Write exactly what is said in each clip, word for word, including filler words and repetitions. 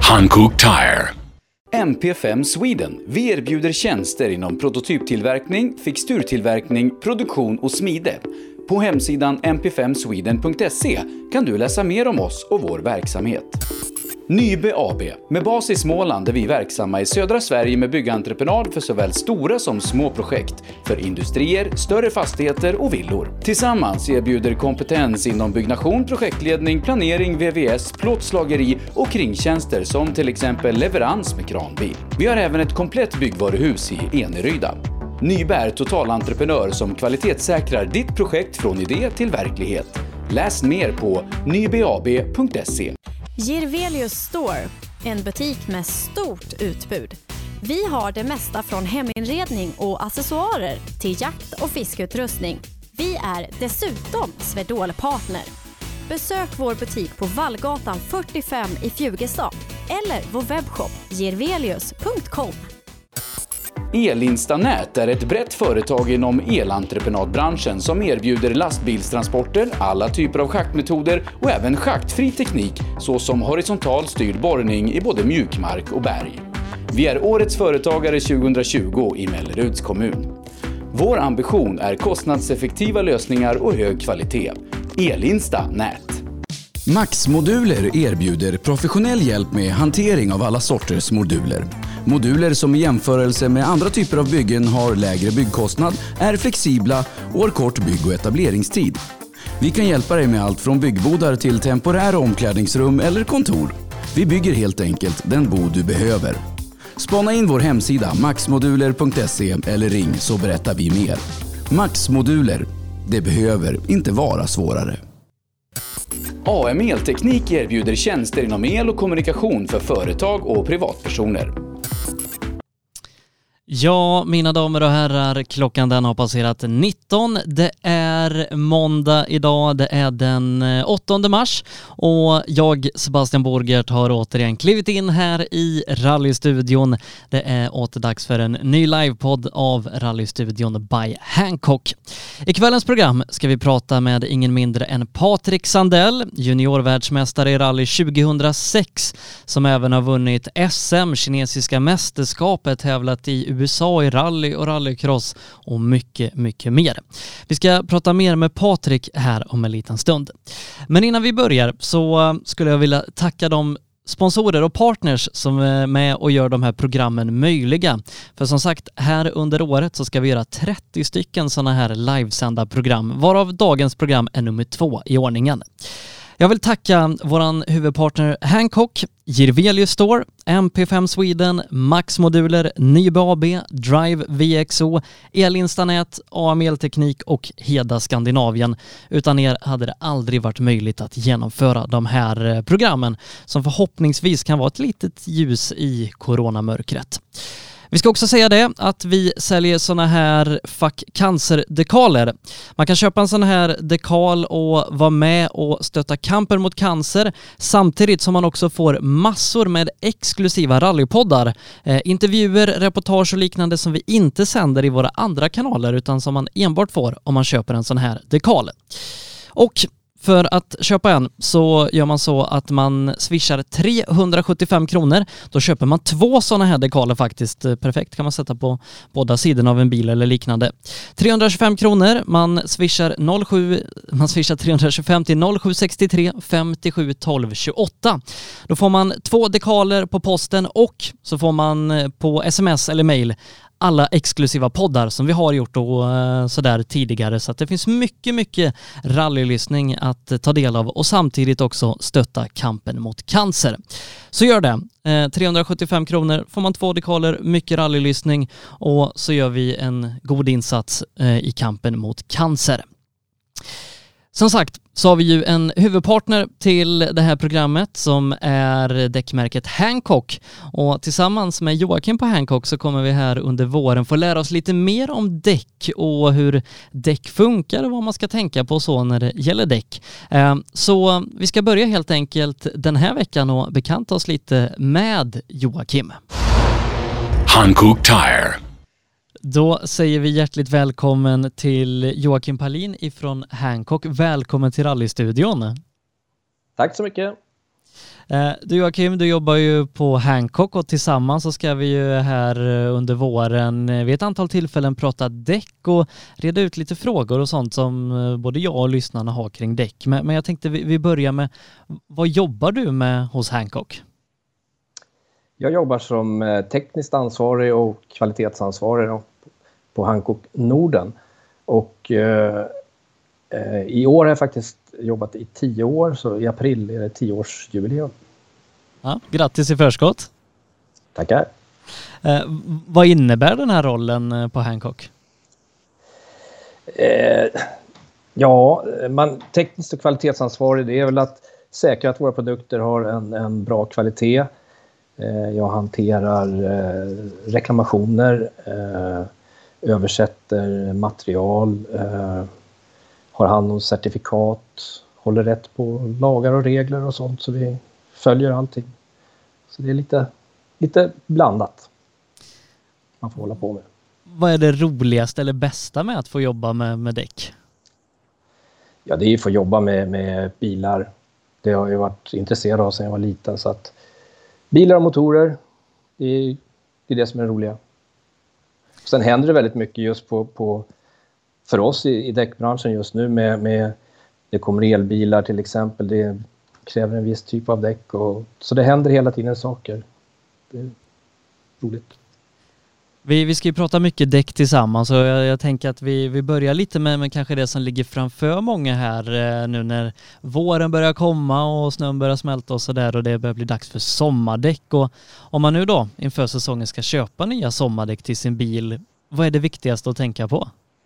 Hankook Tire. M P fem Sweden. Vi erbjuder tjänster inom prototyptillverkning, fixturtillverkning, produktion och smide. På hemsidan m p fem sweden punkt se kan du läsa mer om oss och vår verksamhet. Nybe A B. Med bas i Småland är vi verksamma i södra Sverige med byggentreprenad för såväl stora som små projekt, för industrier, större fastigheter och villor. Tillsammans erbjuder kompetens inom byggnation, projektledning, planering, V V S, plåtslageri och kringtjänster som till exempel leverans med kranbil. Vi har även ett komplett byggvaruhus i Eneryda. Nybe är totalentreprenör som kvalitetssäkrar ditt projekt från idé till verklighet. Läs mer på nybeab punkt se. Jirvelius Store, en butik med stort utbud. Vi har det mesta från heminredning och accessoarer till jakt- och fiskeutrustning. Vi är dessutom Swedol-partner. Besök vår butik på Vallgatan fyrtiofem i Fjugestad eller vår webbshop jirvelius punkt com. Elinstanät är ett brett företag inom elentreprenadbranschen som erbjuder lastbilstransporter, alla typer av schaktmetoder och även schaktfri teknik såsom horisontal styrd borrning i både mjukmark och berg. Vi är årets företagare tjugohundratjugo i Melleruds kommun. Vår ambition är kostnadseffektiva lösningar och hög kvalitet. Elinstanät. Max-moduler erbjuder professionell hjälp med hantering av alla sorters moduler. Moduler som i jämförelse med andra typer av byggen har lägre byggkostnad, är flexibla och har kort bygg- och etableringstid. Vi kan hjälpa dig med allt från byggbodar till temporära omklädningsrum eller kontor. Vi bygger helt enkelt den bod du behöver. Spana in vår hemsida maxmoduler punkt se eller ring så berättar vi mer. Max-moduler. Det behöver inte vara svårare. A M Elteknik erbjuder tjänster inom el och kommunikation för företag och privatpersoner. Ja, mina damer och herrar, klockan den har passerat nitton. Det är måndag idag, det är den åttonde mars och jag, Sebastian Borgert, har återigen klivit in här i Rallystudion. Det är åter dags för en ny livepodd av Rallystudion by Hankook. I kvällens program ska vi prata med ingen mindre än Patrik Sandell, juniorvärldsmästare i rally tjugohundrasex, som även har vunnit S M, kinesiska mästerskapet, tävlat i U S A i rally och rallycross och mycket, mycket mer. Vi ska prata mer med Patrik här om en liten stund. Men innan vi börjar så skulle jag vilja tacka de sponsorer och partners som är med och gör de här programmen möjliga. För som sagt, här under året så ska vi göra trettio stycken sådana här livesända program, varav dagens program är nummer två i ordningen. Jag vill tacka våran huvudpartner Hankook, Jirvelius Store, M P fem Sweden, Max-moduler, Nybe A B, Drive V X O, Elinstanät, A M Elteknik och Heda Skandinavien. Utan er hade det aldrig varit möjligt att genomföra de här programmen som förhoppningsvis kan vara ett litet ljus i coronamörkret. Vi ska också säga det att vi säljer såna här Fuck Cancer-dekaler. Man kan köpa en sån här dekal och vara med och stötta kampen mot cancer samtidigt som man också får massor med exklusiva rallypoddar. Eh, intervjuer, reportage och liknande som vi inte sänder i våra andra kanaler utan som man enbart får om man köper en sån här dekal. Och för att köpa en så gör man så att man swishar trehundrasjuttiofem kronor. Då köper man två sådana här dekaler faktiskt. Perfekt, kan man sätta på båda sidorna av en bil eller liknande. trehundratjugofem kronor, man swishar, noll sju, man swishar trehundratjugofem till noll sju sex tre femtiosju tolv tjugoåtta. Då får man två dekaler på posten och så får man på sms eller mail alla exklusiva poddar som vi har gjort och sådär tidigare. Så att det finns mycket, mycket rallylyssning att ta del av och samtidigt också stötta kampen mot cancer. Så gör det. Eh, trehundrasjuttiofem kronor får man två dekaler, mycket rallylyssning och så gör vi en god insats eh, i kampen mot cancer. Som sagt så har vi ju en huvudpartner till det här programmet som är däckmärket Hankook. Och tillsammans med Joakim på Hankook så kommer vi här under våren få lära oss lite mer om däck och hur däck funkar och vad man ska tänka på så när det gäller däck. Så vi ska börja helt enkelt den här veckan och bekanta oss lite med Joakim. Hankook Tire. Då säger vi hjärtligt välkommen till Joakim Palin ifrån Hankook. Välkommen till Rallystudion. Tack så mycket. Du Joakim, du jobbar ju på Hankook och tillsammans så ska vi ju här under våren vid ett antal tillfällen prata däck och reda ut lite frågor och sånt som både jag och lyssnarna har kring däck. Men jag tänkte vi börjar med, vad jobbar du med hos Hankook? Jag jobbar som tekniskt ansvarig och kvalitetsansvarig på Hankook Norden. Och eh, i år har jag faktiskt jobbat i tio år, så i april är det tioårsjubileum. Ja, grattis i förskott. Tackar. Eh, vad innebär den här rollen på Hankook? Eh, ja, man, tekniskt och kvalitetsansvarig, det är väl att säkra att våra produkter har en, en bra kvalitet. Eh, jag hanterar eh, reklamationer, eh, översätter material, eh, har hand om certifikat, håller rätt på lagar och regler och sånt, så vi följer allting. Så det är lite, lite blandat man får hålla på med. Vad är det roligaste eller bästa med att få jobba med, med däck? Ja, det är ju att få jobba med, med bilar. Det har jag varit intresserad av sedan jag var liten, så att bilar och motorer, det är det, är det som är roliga. Sen händer det väldigt mycket just på, på för oss i, i däckbranschen just nu med, med det kommer elbilar till exempel, det kräver en viss typ av däck och så det händer hela tiden saker. Det är roligt. Vi, vi ska ju prata mycket däck tillsammans och jag, jag tänker att vi, vi börjar lite med, med kanske det som ligger framför många här eh, nu när våren börjar komma och snön börjar smälta och sådär och det börjar bli dags för sommardäck. Och om man nu då inför säsongen ska köpa nya sommardäck till sin bil, vad är det viktigaste att tänka på?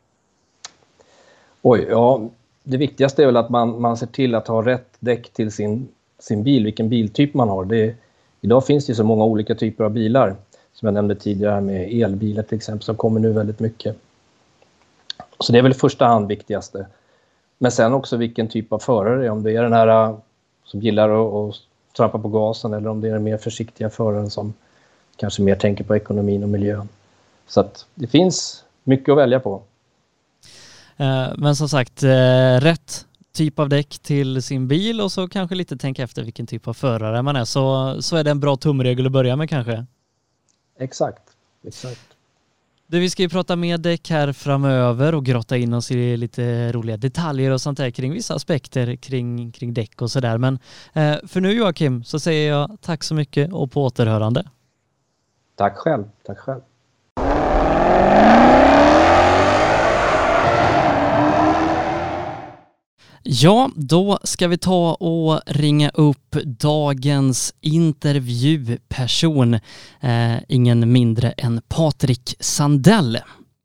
Oj, ja, det viktigaste är väl att man, man ser till att ha rätt däck till sin, sin bil, vilken biltyp man har. Det, idag finns det ju så många olika typer av bilar, som jag nämnde tidigare med elbilar till exempel, som kommer nu väldigt mycket. Så det är väl i första hand viktigaste. Men sen också vilken typ av förare det är, om det är den här som gillar att, att trampa på gasen eller om det är den mer försiktiga föraren som kanske mer tänker på ekonomin och miljön. Så att det finns mycket att välja på. Men som sagt, rätt typ av däck till sin bil och så kanske lite tänka efter vilken typ av förare man är. Så, så är det en bra tumregel att börja med kanske. Exakt, exakt. Du, vi ska ju prata mer däck här framöver och grotta in oss i lite roliga detaljer och sånt där kring vissa aspekter kring, kring däck och sådär. Men eh, för nu Joakim så säger jag tack så mycket och på återhörande. Tack själv, tack själv. Ja, då ska vi ta och ringa upp dagens intervjuperson. Eh, ingen mindre än Patrik Sandell.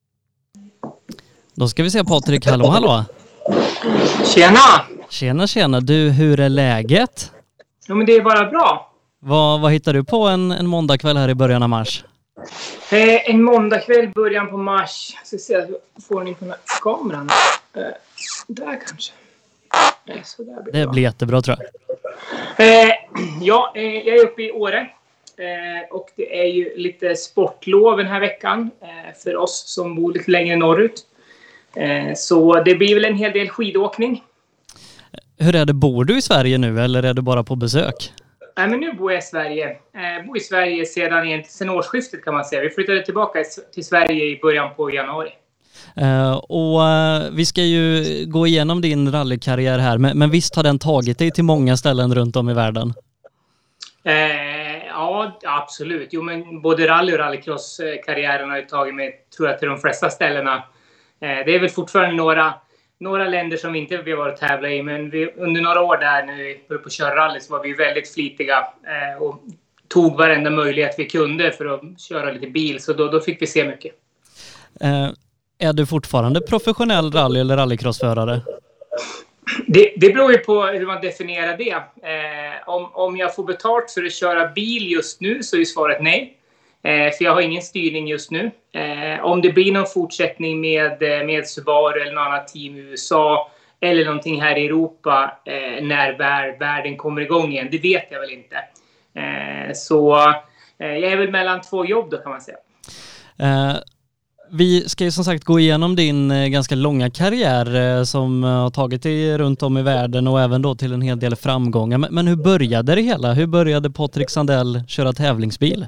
Då ska vi se Patrik, hallå hallå. Tjena! Tjena tjena, du, hur är läget? Jo, men det är bara bra. Vad, vad hittar du på en, en måndagkväll här i början av mars? Eh, en måndagkväll, början på mars. Jag ska se att jag får den in på den här kameran. Eh, där kanske. Så där blir det bra. blir jättebra tror jag. Eh, ja, eh, jag är uppe i Åre. Eh, och det är ju lite sportlov den här veckan. Eh, för oss som bor lite längre norrut. Eh, så det blir väl en hel del skidåkning. Hur är det, bor du i Sverige nu eller är du bara på besök? Nej, men nu bor jag i Sverige. Jag bor i Sverige sedan, sedan årsskiftet kan man säga. Vi flyttade tillbaka till Sverige i början på januari. Uh, och uh, vi ska ju gå igenom din rallykarriär här, men, men visst har den tagit dig till många ställen runt om i världen? Uh, ja, absolut. Jo, men både rally och rallycross-karriären har ju tagit mig, tror jag, till de flesta ställena. Uh, det är väl fortfarande några, några länder som vi inte vi har varit tävla i, men vi, under några år där när vi började på köra rally så var vi väldigt flitiga uh, och tog varenda möjlighet vi kunde för att köra lite bil, så då, då fick vi se mycket. Uh. Är du fortfarande professionell rally- eller rallycrossförare? Det, det beror ju på hur man definierar det. Eh, om, om jag får betalt för att köra bil just nu så är svaret nej. Eh, för jag har ingen styrning just nu. Eh, om det blir någon fortsättning med, med Subaru eller något annat team i U S A eller någonting här i Europa eh, när vär, världen kommer igång igen, det vet jag väl inte. Eh, så eh, jag är väl mellan två jobb då kan man säga. Uh. Vi ska ju som sagt gå igenom din eh, ganska långa karriär eh, som eh, har tagit dig runt om i världen och även då till en hel del framgångar. Men, men hur började det hela? Hur började Patrik Sandell köra tävlingsbil?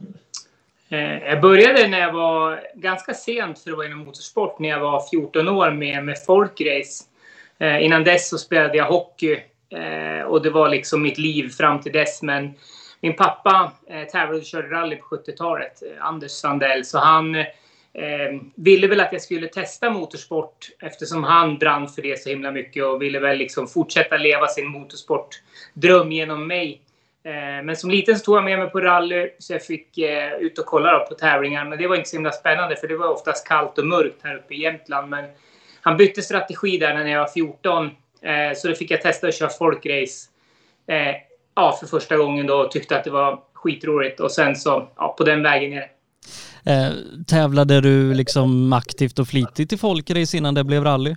Eh, jag började när jag var ganska sent för att vara inom motorsport, när jag var fjorton år med, med folkrace. Eh, innan dess så spelade jag hockey eh, och det var liksom mitt liv fram till dess. Men min pappa eh, tävlade och körde rally på sjuttiotalet, eh, Anders Sandell, så han eh, ville väl att jag skulle testa motorsport eftersom han brann för det så himla mycket och ville väl liksom fortsätta leva sin motorsportdröm genom mig. Eh, men som liten så tog jag med mig på rally så jag fick eh, ut och kolla då på tävlingar, men det var inte så himla spännande för det var oftast kallt och mörkt här uppe i Jämtland. Men han bytte strategi där när jag var fjorton, eh, så då fick jag testa att köra folkrace. Eh, Ja, för första gången då tyckte att det var skitroligt och sen så, ja, på den vägen är det. Eh, tävlade du liksom aktivt och flitigt i folkrace innan det blev rally?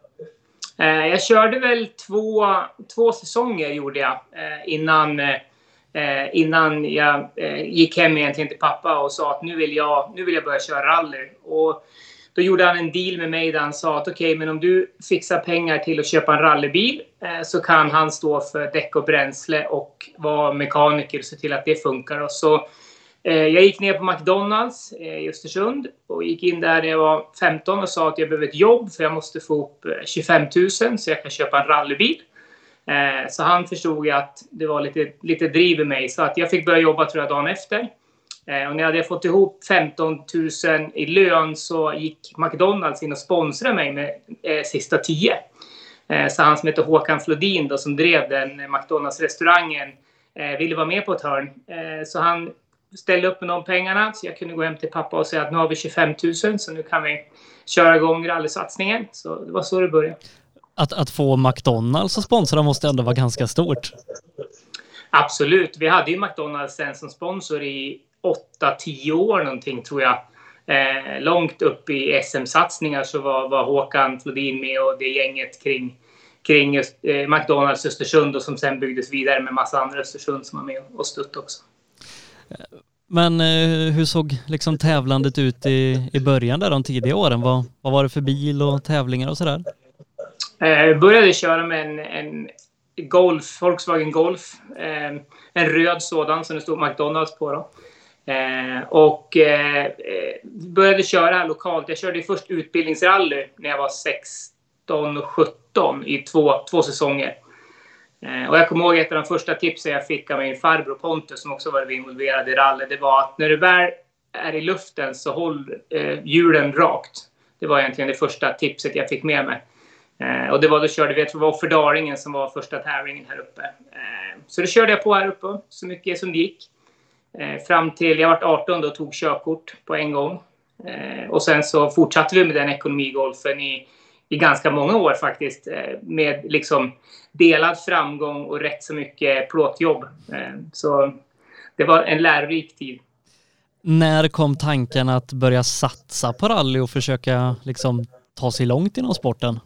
Eh, jag körde väl två, två säsonger gjorde jag eh, innan, eh, innan jag eh, gick hem egentligen till pappa och sa att nu vill jag, nu vill jag börja köra rally. Och då gjorde han en deal med mig där han sa att okej, okay, men om du fixar pengar till att köpa en rallybil eh, så kan han stå för däck och bränsle och vara mekaniker och se till att det funkar. Och så eh, jag gick ner på McDonalds eh, i Östersund och gick in där när jag var femton och sa att jag behöver ett jobb för jag måste få upp eh, tjugofem tusen så jag kan köpa en rallybil. Eh, så han förstod att det var lite, lite driv i mig så att jag fick börja jobba tror jag dagen efter. Eh, och när jag hade fått ihop femton tusen i lön så gick McDonalds in och sponsrade mig med eh, sista tio. Eh, så han som heter Håkan Flodin då, som drev den eh, McDonalds-restaurangen eh, ville vara med på ett hörn. Eh, så han ställde upp med de pengarna så jag kunde gå hem till pappa och säga att nu har vi tjugofem tusen så nu kan vi köra igång rallysatsningen. Så det var så det började. Att, att få McDonalds och sponsra måste ändå vara ganska stort. Absolut. Vi hade ju McDonalds sen som sponsor i åtta tio år någonting tror jag. Eh, långt upp i S M-satsningar så var, var Håkan Flodin med och det gänget kring, kring just, eh, McDonalds Östersund och som sen byggdes vidare med massa andra Östersund som var med och stött också. Men eh, hur såg liksom tävlandet ut i, i början där de tidiga åren? Vad, vad var det för bil och tävlingar och sådär? Jag eh, började köra med en, en Golf, Volkswagen Golf. Eh, en röd sådan som det stod McDonalds på då. Eh, och eh, började köra här lokalt. Jag körde först utbildningsrally när jag var sexton och sjutton i två, två säsonger. Eh, och jag kommer ihåg ett av de första tipsen jag fick av min farbror Pontus som också var involverad i rally. Det var att när du väl är i luften så håll eh, hjulen rakt. Det var egentligen det första tipset jag fick med mig. Eh, och det var då körde vi, jag tror det var Offerdaringen som var första tävlingen här uppe. Eh, så det körde jag på här uppe så mycket som det gick. Eh, fram till jag var arton då tog körkort på en gång. Eh, och sen så fortsatte vi med den ekonomigolfen i, i ganska många år faktiskt. Eh, med liksom delad framgång och rätt så mycket plåtjobb. Eh, så det var en lärorik tid. När kom tanken att börja satsa på rally och försöka liksom ta sig långt inom sporten?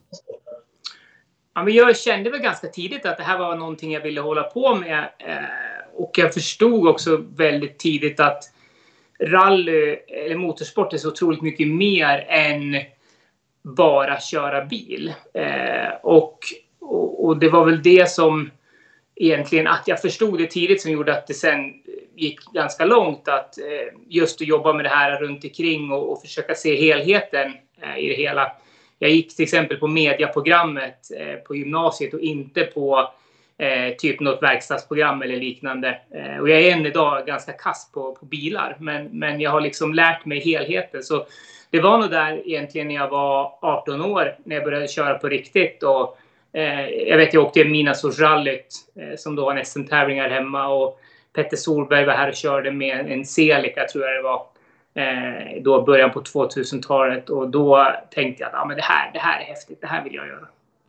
Ja, men jag kände väl ganska tidigt att det här var någonting jag ville hålla på med. Eh, och jag förstod också väldigt tidigt att rally eller motorsport är så otroligt mycket mer än bara köra bil. Eh, och, och, och det var väl det som egentligen att jag förstod det tidigt som gjorde att det sen gick ganska långt att eh, just att jobba med det här runt omkring och, och försöka se helheten eh, i det hela. Jag gick till exempel på mediaprogrammet eh, på gymnasiet och inte på eh, typ något verkstadsprogram eller liknande. Eh, och jag är än idag ganska kass på, på bilar. Men, men jag har liksom lärt mig helheten. Så det var nog där egentligen när jag var arton år när jag började köra på riktigt. Och, eh, jag vet jag åkte Midnattssolsrallyt eh, som då var en S M-tävling här hemma. Och Petter Solberg var här och körde med en Celica tror jag det var. Eh, då början på tvåtusentalet och då tänkte jag att ah, men det, här, det här är häftigt, det här vill jag göra.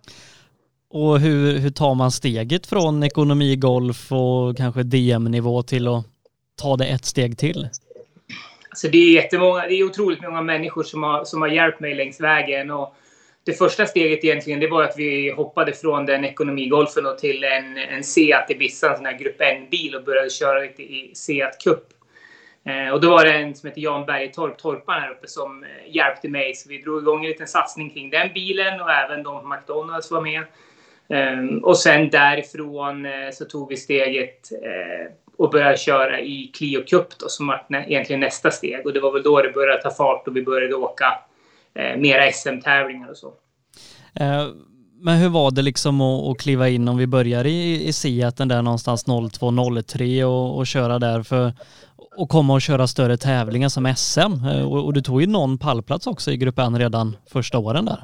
Och hur, hur tar man steget från ekonomigolf och kanske D M-nivå till att ta det ett steg till? Alltså det är jättemånga, det är otroligt många människor som har, som har hjälpt mig längs vägen och det första steget egentligen det var att vi hoppade från den ekonomigolfen och till en, en Seat Ibiza, en sån här grupp en-bil och började köra lite i Seat Cup. Eh, och då var det en som heter Jan Bergetorp, torparen här uppe, som eh, hjälpte mig. Så vi drog igång en liten satsning kring den bilen och även de på McDonalds var med. Eh, och sen därifrån eh, så tog vi steget eh, och började köra i Clio Cup då, som var nä- egentligen nästa steg. Och det var väl då det började ta fart och vi började åka eh, mera S M-tävlingar och så. Eh, men hur var det liksom att, att kliva in om vi börjar i, i Seaten där någonstans noll två noll tre och, och köra där för och komma och köra större tävlingar som S M? Eh, och, och du tog ju någon pallplats också i grupp N redan första åren där.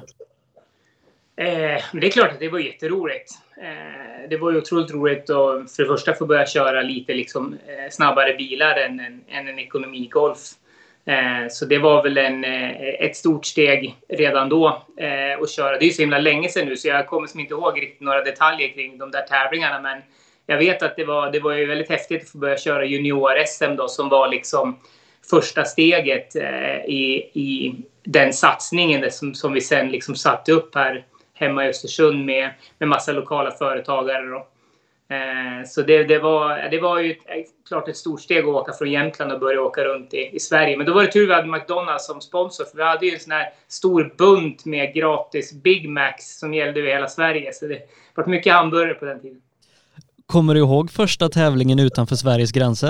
Eh, det är klart att det var jätteroligt. Eh, det var ju otroligt roligt att för det första få börja köra lite liksom, eh, snabbare bilar än en, än en ekonomigolf. Eh, så det var väl en, eh, ett stort steg redan då eh, att köra. Det är ju så himla länge sedan nu så jag kommer som inte ihåg riktigt några detaljer kring de där tävlingarna. Men jag vet att det var, det var ju väldigt häftigt att få börja köra junior-S M då, som var liksom första steget eh, i, i den satsningen som, som vi sen liksom satte upp här hemma i Östersund med, med massa lokala företagare då. Eh, så det, det, var, det var ju ett, klart ett stort steg att åka från Jämtland och börja åka runt i, i Sverige. Men då var det tur att vi hade McDonalds som sponsor. För vi hade ju en sån här stor bunt med gratis Big Macs som gällde över hela Sverige. Så det var mycket hamburgare på den tiden. Kommer du ihåg första tävlingen utanför Sveriges gränser?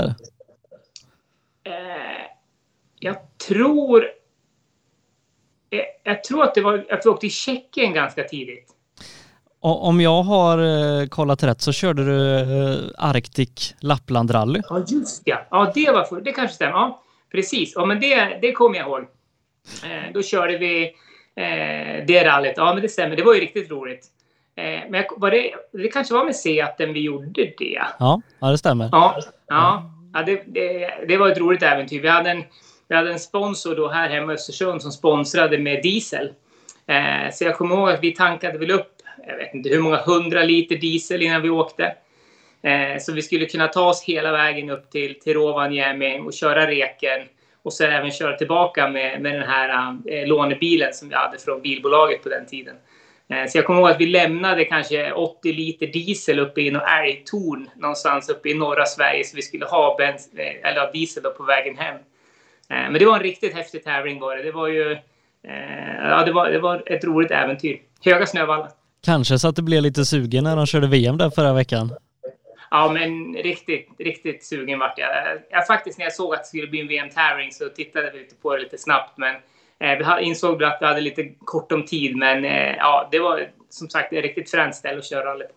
Eh, jag tror... Jag, jag tror att det var... Jag åkte i Tjeckien ganska tidigt. Om jag har eh, kollat rätt så körde du eh, Arctic Lappland Rally. Ja, just ja. Ja, det var för, det kanske stämmer. Ja, precis. Ja, men det, det kommer jag ihåg. Eh, då körde vi eh, det rallyt. Ja, men det stämmer. Det var ju riktigt roligt. Eh, men jag, var det, det kanske var med Seaten vi gjorde det. Ja, ja det stämmer. Ja, ja, ja det, det, det var ett roligt äventyr. Vi hade en, vi hade en sponsor då här hemma i Östersund som sponsrade med diesel. Eh, så jag kommer ihåg att vi tankade väl upp jag vet inte hur många hundra liter diesel innan vi åkte. Eh, så vi skulle kunna ta oss hela vägen upp till, till Rovaniemi och köra reken. Och sen även köra tillbaka med, med den här eh, lånebilen som vi hade från bilbolaget på den tiden. Eh, så jag kommer ihåg att vi lämnade kanske åttio liter diesel uppe i någon älgtorn någonstans uppe i norra Sverige. Så vi skulle ha bens, eller diesel då på vägen hem. Eh, men det var en riktigt häftig tävling var det. Det var ju eh, ja, det var, det var ett roligt äventyr. Höga snövallar. Kanske så att det blev lite sugen när de körde V M där förra veckan. Ja, men riktigt, riktigt sugen vart jag. jag. Faktiskt när jag såg att det skulle bli en V M-tävling så tittade vi lite på det lite snabbt. Men eh, vi insåg att vi hade lite kort om tid. Men eh, ja, det var som sagt ett riktigt fränt ställe att köra lite.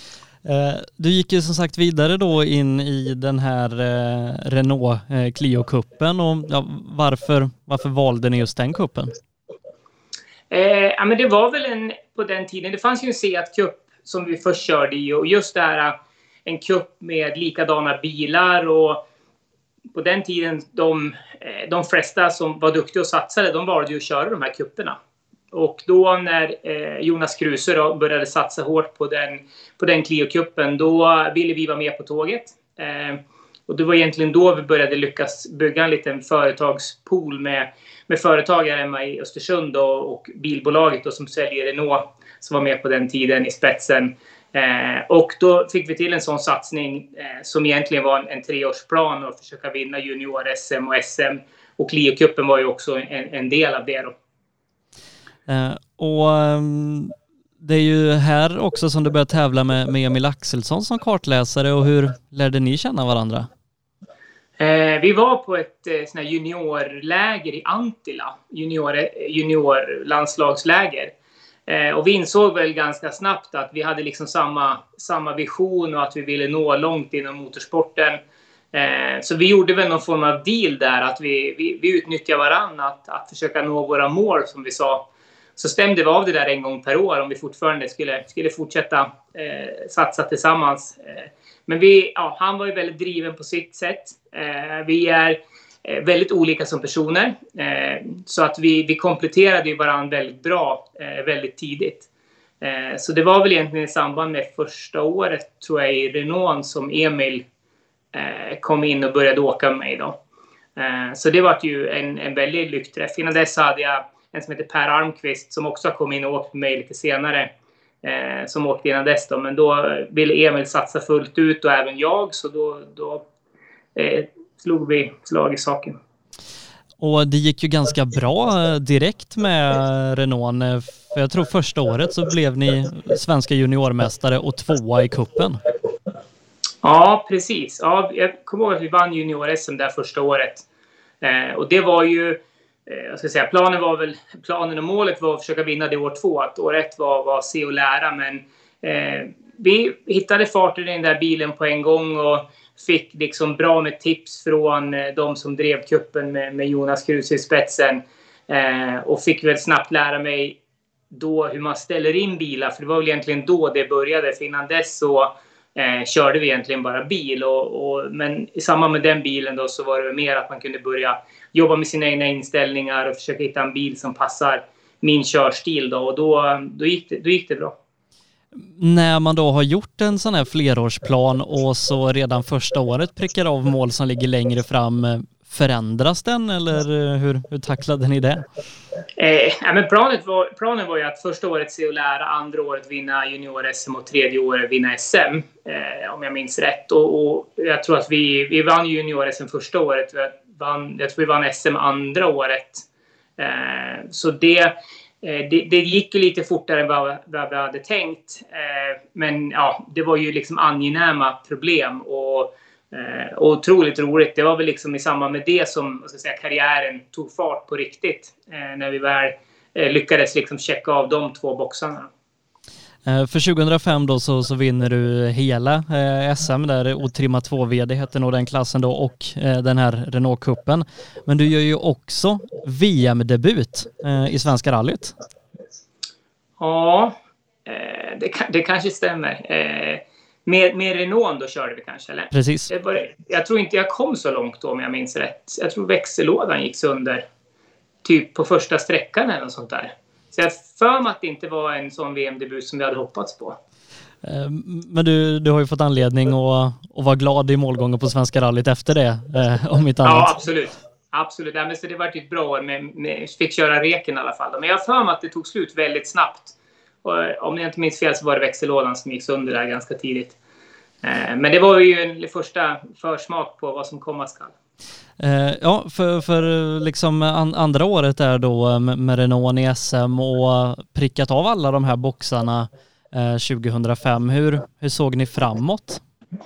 Eh, du gick ju som sagt vidare då in i den här eh, Renault eh, Clio-kuppen. Och ja, varför, varför valde ni just den kuppen? Eh, ja, men det var väl en, på den tiden, det fanns ju en Seat Cup som vi först körde i och just det här, en cup med likadana bilar och på den tiden de, de flesta som var duktiga och satsade, de valde ju att köra de här kupperna. Och då när eh, Jonas Kruse då började satsa hårt på den, på den Clio-kuppen, då ville vi vara med på tåget. Eh, och det var egentligen då vi började lyckas bygga en liten företagspool med med företagare hemma i Östersund och, och bilbolaget då, som säljer Renault som var med på den tiden i spetsen. Eh, och då fick vi till en sån satsning eh, som egentligen var en, en treårsplan att försöka vinna junior-S M och S M. Och Clio-kuppen var ju också en, en del av det då. Eh, och um, det är ju här också som du börjar tävla med, med Emil Axelsson som kartläsare och hur lärde ni känna varandra? Eh, vi var på ett eh, sån här juniorläger i Antilla, junior, junior landslagsläger. Eh, och vi insåg väl ganska snabbt att vi hade liksom samma, samma vision och att vi ville nå långt inom motorsporten. Eh, så vi gjorde väl någon form av deal där att vi, vi, vi utnyttjade varandra att, att försöka nå våra mål som vi sa. Så stämde vi av det där en gång per år om vi fortfarande skulle, skulle fortsätta eh, satsa tillsammans. Eh, Men vi, ja, han var ju väldigt driven på sitt sätt. Eh, vi är eh, väldigt olika som personer. Eh, så att vi, vi kompletterade ju varandra väldigt bra, eh, väldigt tidigt. Eh, så det var väl egentligen i samband med första året, tror jag, i Renault som Emil eh, kom in och började åka med mig då. Eh, så det var ju en, en väldigt lyckträff. Innan dess hade jag en som heter Per Almqvist som också kom in och åkt med mig lite senare. Eh, som åkte innan dess då. Men då ville Emil satsa fullt ut och även jag. Så då, då eh, slog vi slag i saken. Och det gick ju ganska bra direkt med Renault. För jag tror första året så blev ni svenska juniormästare och tvåa i kuppen. Ja, precis. Ja, jag kommer ihåg att vi vann junior-S M där första året. Eh, och det var ju, eh, jag ska säga, planen var väl, planen och målet var att försöka vinna det år två. Att år ett var, var se och lära, men eh, vi hittade farten i den där bilen på en gång och fick liksom bra med tips från eh, de som drev kuppen med, med Jonas Kruse i spetsen. Eh, och fick väl snabbt lära mig då hur man ställer in bilar, för det var väl egentligen då det började. För innan dess så Eh, körde vi egentligen bara bil och, och, men i samband med den bilen då så var det mer att man kunde börja jobba med sina egna inställningar och försöka hitta en bil som passar min körstil då, och då, då, gick det, då gick det bra. När man då har gjort en sån här flerårsplan och så redan första året prickar av mål som ligger längre fram, förändras den eller hur, hur tacklade ni det? Eh, ja, men planen, var, planen var ju att första året se och lära, andra året vinna junior-S M och tredje året vinna S M, eh, om jag minns rätt. Och, och jag tror att vi, vi vann junior-S M första året, vi vann, jag tror vi vann S M andra året. Eh, så det, eh, det, det gick ju lite fortare än vad, vad vi hade tänkt. Eh, men ja, det var ju liksom angenäma problem och Eh, och otroligt roligt. Det var väl liksom i samband med det som, vad ska jag säga, karriären tog fart på riktigt. Eh, när vi väl eh, lyckades liksom checka av de två boxarna. Eh, för tjugohundrafem då så, så vinner du hela eh, S M där, Otrimma två V D heter nog den klassen då, och eh, den här Renault-kuppen. Men du gör ju också V M-debut eh, i Svenska rallyt. Ja, eh, det, det kanske stämmer. Eh, Med, med Renault då körde vi kanske, eller? Precis. Det var, jag tror inte jag kom så långt då, om jag minns rätt. Jag tror växellådan gick sönder typ på första sträckan eller något sånt där. Så jag för mig att det inte var en sån V M-debut som vi hade hoppats på. Men du, du har ju fått anledning att, att vara glad i målgången på Svenska rallyt efter det, om inte annat. Ja, absolut. Absolut. Ja, men så det var ett bra år. Med, med, fick köra reken i alla fall. Men jag för mig att det tog slut väldigt snabbt. Och om jag inte minns fel så var det växellådan som gick sönder där ganska tidigt. Eh, men det var ju en första försmak på vad som komma skall. Eh, ja, för, för liksom an, andra året där då med, med Renault i S M och prickat av alla de här boxarna eh, tjugohundrafem. Hur, hur såg ni framåt?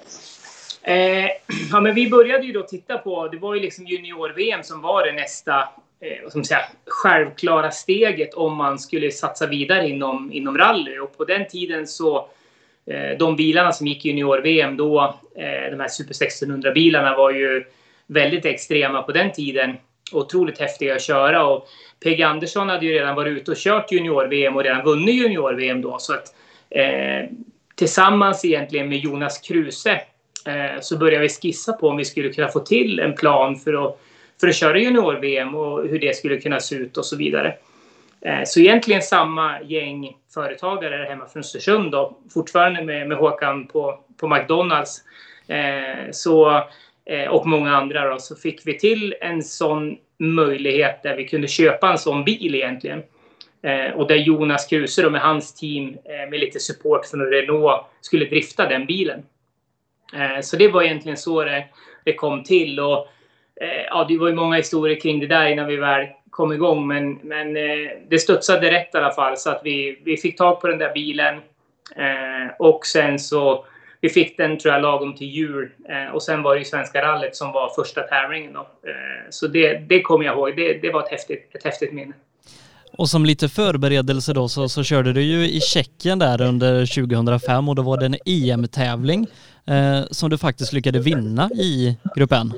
Eh, ja, men vi började ju då titta på, det var ju liksom junior-V M som var det nästa eh, vad ska man säga, självklara steget om man skulle satsa vidare inom, inom rally. Och på den tiden så eh, de bilarna som gick junior-V M då, eh, de här Super sextonhundra-bilarna var ju väldigt extrema på den tiden. Otroligt häftiga att köra, och P G Andersson hade ju redan varit ute och kört junior-V M och redan vunnit junior-V M då. Så att eh, tillsammans egentligen med Jonas Kruse eh, så började vi skissa på om vi skulle kunna få till en plan för att, för att köra junior-V M och hur det skulle kunna se ut och så vidare. Eh, så egentligen samma gäng företagare hemma från Östersund då, fortfarande med, med Håkan på, på McDonalds eh, så och många andra då, så fick vi till en sån möjlighet där vi kunde köpa en sån bil egentligen. Eh, och där Jonas Kruse då med hans team eh, med lite support från Renault skulle drifta den bilen. Eh, så det var egentligen så det, det kom till. Och eh, ja, det var ju många historier kring det där innan vi väl kom igång. Men, men eh, det studsade rätt i alla fall, så att vi, vi fick tag på den där bilen. Eh, och sen så vi fick den, tror jag, lagom till jul. Eh, och sen var det ju Svenska rallyt som var första tävlingen då. Eh, så det, det kommer jag ihåg. Det, det var ett häftigt, ett häftigt minne. Och som lite förberedelse då så, så körde du ju i Tjeckien där under tjugohundrafem, och då var det en E M-tävling eh, som du faktiskt lyckades vinna i gruppen.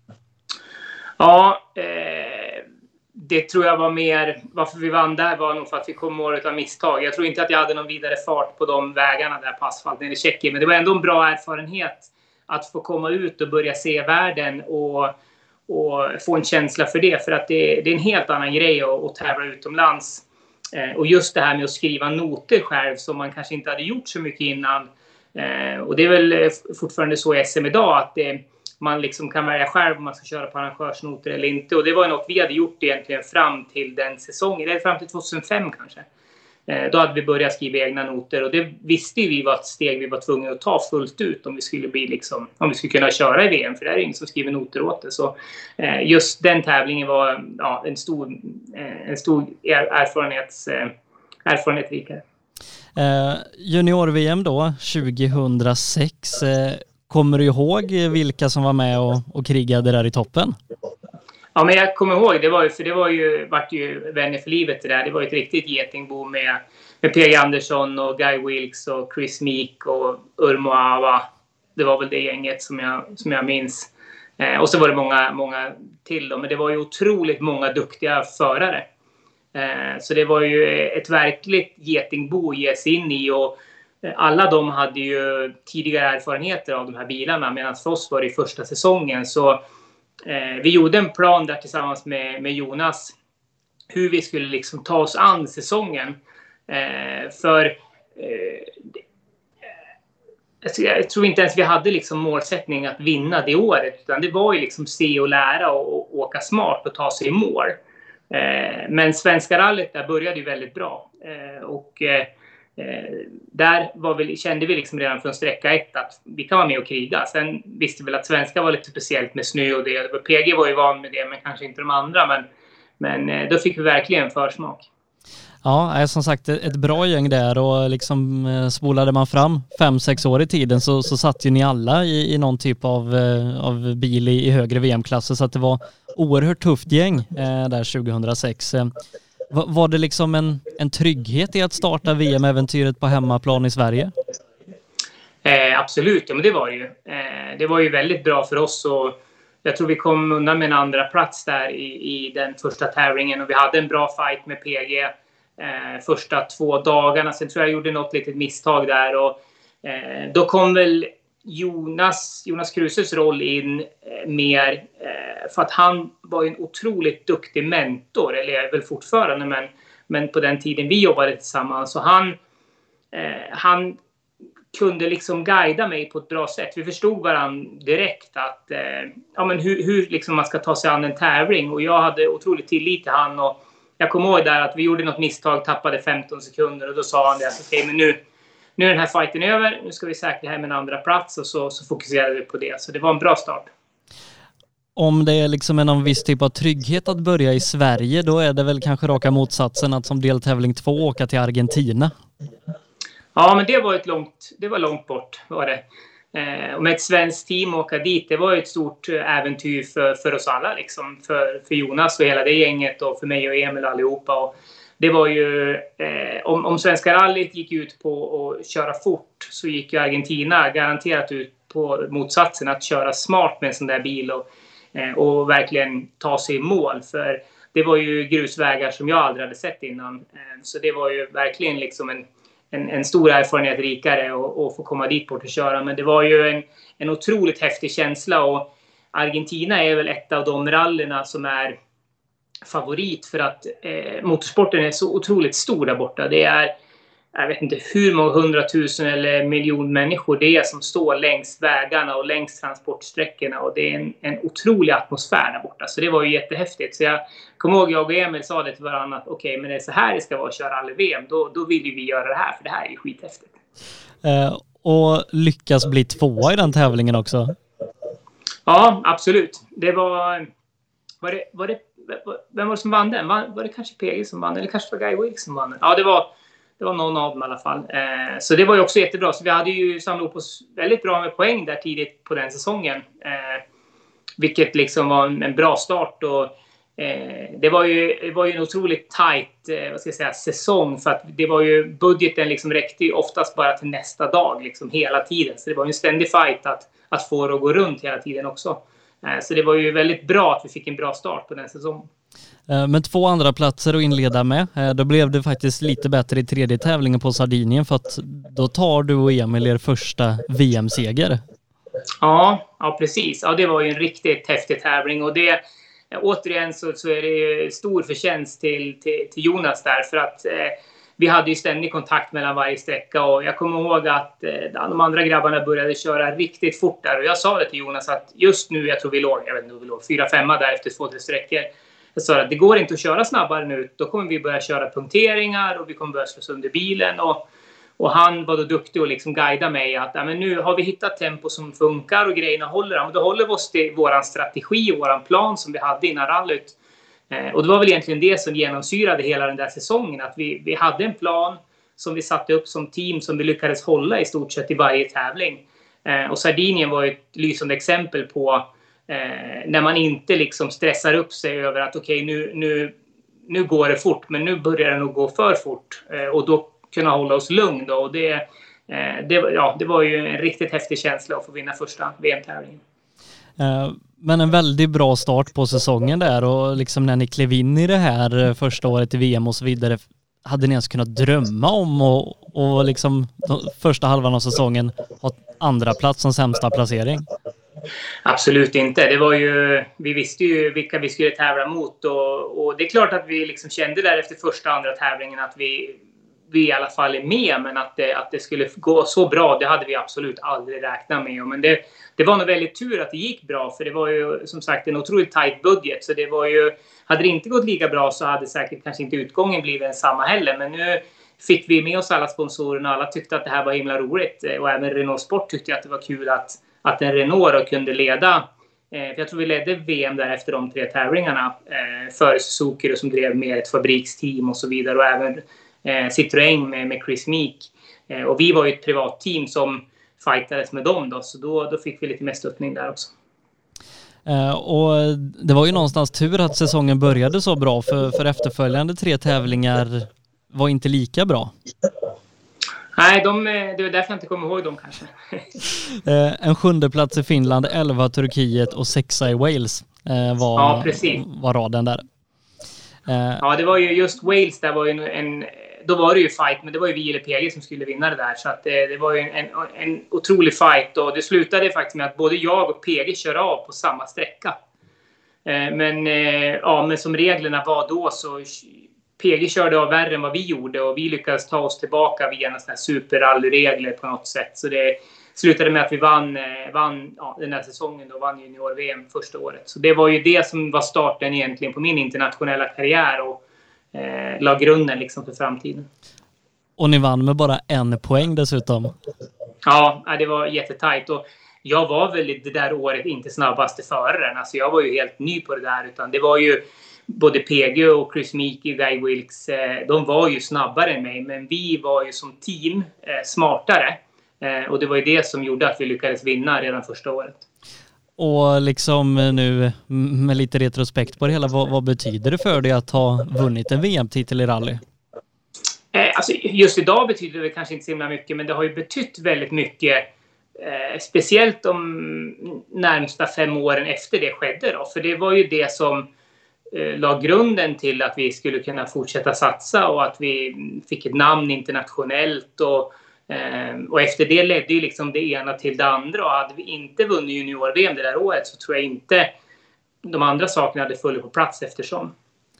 Ja, eh, det tror jag var mer, varför vi vann där var nog för att vi kom året av misstag. Jag tror inte att jag hade någon vidare fart på de vägarna där på asfalt nere i Tjeckien. Men det var ändå en bra erfarenhet att få komma ut och börja se världen och, och få en känsla för det. För att det, det är en helt annan grej att, att tävla utomlands. Eh, och just det här med att skriva noter själv som man kanske inte hade gjort så mycket innan. Eh, och det är väl fortfarande så i S M idag att det, man liksom kan välja själv om man ska köra på arrangörsnoter eller inte. Och det var något vi hade gjort egentligen fram till den säsongen. Eller fram till tjugohundrafem kanske. Eh, då hade vi börjat skriva egna noter och det visste vi var ett steg vi var tvungna att ta fullt ut om vi skulle bli liksom, om vi skulle kunna köra i V M, för det är ingen som skriver noter åt det. Så eh, just den tävlingen var ja, en stor, eh, en stor erfarenhets, eh, erfarenhet rikare. Eh, junior-V M då, tjugohundrasex. Eh, kommer du ihåg vilka som var med och, och krigade där i toppen? Ja, men jag kommer ihåg, det var ju, för det var ju, vart ju vänner för livet det där. Det var ju ett riktigt getingbo med, med P G Andersson och Guy Wilkes och Chris Meek och Urmo Ava. Det var väl det gänget som jag, som jag minns. Eh, och så var det många, många till då, men det var ju otroligt många duktiga förare. Eh, så det var ju ett verkligt getingbo att ge sig in i och alla de hade ju tidigare erfarenheter av de här bilarna, medan för oss var det i första säsongen. Så eh, vi gjorde en plan där tillsammans med, med Jonas hur vi skulle liksom ta oss an säsongen. Eh, för eh, jag tror inte ens vi hade liksom målsättning att vinna det året, utan det var ju liksom se och lära och, och åka smart och ta sig i mål. Eh, men Svenska rallyt där började ju väldigt bra eh, och eh, där var vi, kände vi liksom redan från sträcka ett att vi kan vara med och kriga. Sen visste vi väl att svenska var lite speciellt med snö och det. P G var ju van med det, men kanske inte de andra. Men, men då fick vi verkligen försmak. Ja, som sagt ett bra gäng där och liksom spolade man fram fem, sex år i tiden så, så satt ju ni alla i, i någon typ av, av bil i, i högre V M-klasser, så att det var oerhört tufft gäng eh, där tjugohundrasex. Var det liksom en, en trygghet i att starta V M-äventyret på hemmaplan i Sverige? Eh, absolut, ja, men det var det ju. Eh, det var ju väldigt bra för oss och jag tror vi kom undan med en andra plats där i, i den första tävlingen och vi hade en bra fight med P G eh, första två dagarna. Sen tror jag jag gjorde något litet misstag där och eh, då kom väl Jonas, Jonas Kruses roll in eh, mer eh, för att han var en otroligt duktig mentor, eller är väl fortfarande, men, men på den tiden vi jobbade tillsammans. Så han, eh, han kunde liksom guida mig på ett bra sätt. Vi förstod varandra direkt att eh, ja, men hur, hur liksom man ska ta sig an en tävling, och jag hade otroligt tillit till han. Och jag kommer ihåg där att vi gjorde något misstag, tappade femton sekunder och då sa han det, alltså, okej, men nu Nu är den här fighten över, nu ska vi säkra det här med en andra plats och så, så fokuserade vi på det. Så det var en bra start. Om det är liksom en viss typ av trygghet att börja i Sverige, då är det väl kanske raka motsatsen att som deltävling två åka till Argentina? Ja, men det var ett långt, det var långt bort var det. Eh, och med ett svenskt team åka dit, det var ett stort äventyr för, för oss alla. Liksom. För, för Jonas och hela det gänget och för mig och Emil och allihopa. Och det var ju, eh, om, om Svenska rallyt gick ut på att köra fort, så gick ju Argentina garanterat ut på motsatsen, att köra smart med en sån där bil och, eh, och verkligen ta sig i mål. För det var ju grusvägar som jag aldrig hade sett innan. Eh, så det var ju verkligen liksom en, en, en stor erfarenhet rikare att få komma dit bort och köra. Men det var ju en, en otroligt häftig känsla, och Argentina är väl ett av de rallyna som är favorit för att eh, motorsporten är så otroligt stor där borta. Det är, jag vet inte hur många hundratusen eller miljon människor det är som står längs vägarna och längs transportsträckorna, och det är en, en otrolig atmosfär där borta. Så det var ju jättehäftigt. Så jag kommer ihåg, jag och Emil sa det till varandra, att okej, okay, men det är så här det ska vara att köra rally-V M. Då, då vill ju vi göra det här, för det här är ju skithäftigt. Eh, och lyckas bli tvåa i den tävlingen också? Ja, absolut. Det var... Var det... Var det Vem var det som vann den? Var, var det kanske P G som vann? Eller kanske var Guy Wilkes som vann den? Ja, det var, det var någon av dem i alla fall. Eh, så det var ju också jättebra. Så vi hade ju samlat upp oss väldigt bra med poäng där tidigt på den säsongen. Eh, vilket liksom var en, en bra start. Och, eh, det, var ju, det var ju en otroligt tight eh, vad ska jag säga, säsong. För att det var ju, budgeten liksom räckte ju oftast bara till nästa dag liksom, hela tiden. Så det var ju en ständig fight att, att få det att gå runt hela tiden också. Så det var ju väldigt bra att vi fick en bra start på den säsongen. Men två andra platser att inleda med. Då blev det faktiskt lite bättre i tredje tävlingen på Sardinien, för att då tar du och Emil er första V M-seger. Ja, ja, precis. Ja, det var ju en riktigt häftig tävling, och det återigen så, så är det stor förtjänst till, till, till Jonas där, för att eh, vi hade ju ständig kontakt mellan varje sträcka, och jag kommer ihåg att eh, de andra grabbarna började köra riktigt fort där, och jag sa det till Jonas att just nu, jag tror vi låg, jag vet inte hur vi låg, fyra femma där efter två, tre sträckor. jag sa att det går inte att köra snabbare nu. Då kommer vi börja köra punkteringar och vi kommer börja slå sönder bilen. Och, och han var då duktig och liksom guida mig att ja, men nu har vi hittat tempo som funkar och grejerna håller. Ja, men då håller vi oss till vår strategi och vår plan som vi hade innan rallyt. Eh, och det var väl egentligen det som genomsyrade hela den där säsongen. Att vi, vi hade en plan som vi satte upp som team som vi lyckades hålla i stort sett i varje tävling. Eh, och Sardinien var ett lysande exempel på eh, när man inte liksom stressar upp sig över att okej, okay, nu, nu, nu går det fort, men nu börjar det nog gå för fort. Eh, och då kunna hålla oss lugn då. Och det, eh, det, ja, det var ju en riktigt häftig känsla att få vinna första V M-tävlingen. Eh, men en väldigt bra start på säsongen där, och liksom när ni klev in i det här första året i V M och så vidare, hade ni ens kunnat drömma om och, och liksom första halvan av säsongen ha andra plats som sämsta placering? Absolut inte. Det var ju, vi visste ju vilka vi skulle tävla mot och, och det är klart att vi liksom kände där efter första och andra tävlingen att vi, vi i alla fall är med, men att det, att det skulle gå så bra, det hade vi absolut aldrig räknat med. Men det, det var nog väldigt tur att det gick bra, för det var ju som sagt en otroligt tight budget, så det var ju, hade det inte gått lika bra så hade säkert kanske inte utgången blivit densamma heller. Men nu fick vi med oss alla sponsorerna, alla tyckte att det här var himla roligt, och även Renault Sport tyckte att det var kul att, att en Renault då kunde leda. Eh, för jag tror vi ledde V M där efter de tre tävlingarna eh, före Suzuki som drev med ett fabriksteam och så vidare, och även eh, Citroën med, med Chris Meek. Eh, och vi var ju ett privat team som fightades med dem då, så då, då fick vi lite mer stöttning där också. Uh, och det var ju någonstans tur att säsongen började så bra, för, för efterföljande tre tävlingar var inte lika bra. Nej, de, det var därför jag inte kommer ihåg dem kanske. uh, en sjunde plats i Finland, elva Turkiet och sexa i Wales uh, var, ja, precis. var raden där. Uh, ja, det var ju just Wales, där var ju en, då var det ju fight, men det var ju vi eller P G som skulle vinna det där. Så att det, det var ju en, en, en otrolig fight, och det slutade faktiskt med att både jag och P G kör av på samma sträcka. Eh, men, eh, ja, men som reglerna var då så P G körde av värre än vad vi gjorde, och vi lyckades ta oss tillbaka via en sån här superrallyregler på något sätt. Så det slutade med att vi vann, eh, vann ja, den här säsongen och vann junior-V M första året. Så det var ju det som var starten egentligen på min internationella karriär, och Eh, la grunden liksom för framtiden. Och ni vann med bara en poäng dessutom. Ja, det var jättetajt, och jag var väl det där året inte snabbaste föraren. Alltså jag var ju helt ny på det där, utan det var ju både P G och Chris Meek och Guy Wilkes, eh, de var ju snabbare än mig, men vi var ju som team eh, smartare, eh, och det var ju det som gjorde att vi lyckades vinna redan första året. Och liksom nu med lite retrospekt på det hela, vad, vad betyder det för dig att ha vunnit en V M-titel i rally? Eh, alltså just idag betyder det kanske inte så himla mycket, men det har ju betytt väldigt mycket. Eh, speciellt de närmsta fem åren efter det skedde då. För det var ju det som eh, la grunden till att vi skulle kunna fortsätta satsa, och att vi fick ett namn internationellt, och och efter det ledde ju liksom det ena till det andra, och hade vi inte vunnit junior-V M det där året så tror jag inte de andra sakerna hade funnits på plats eftersom.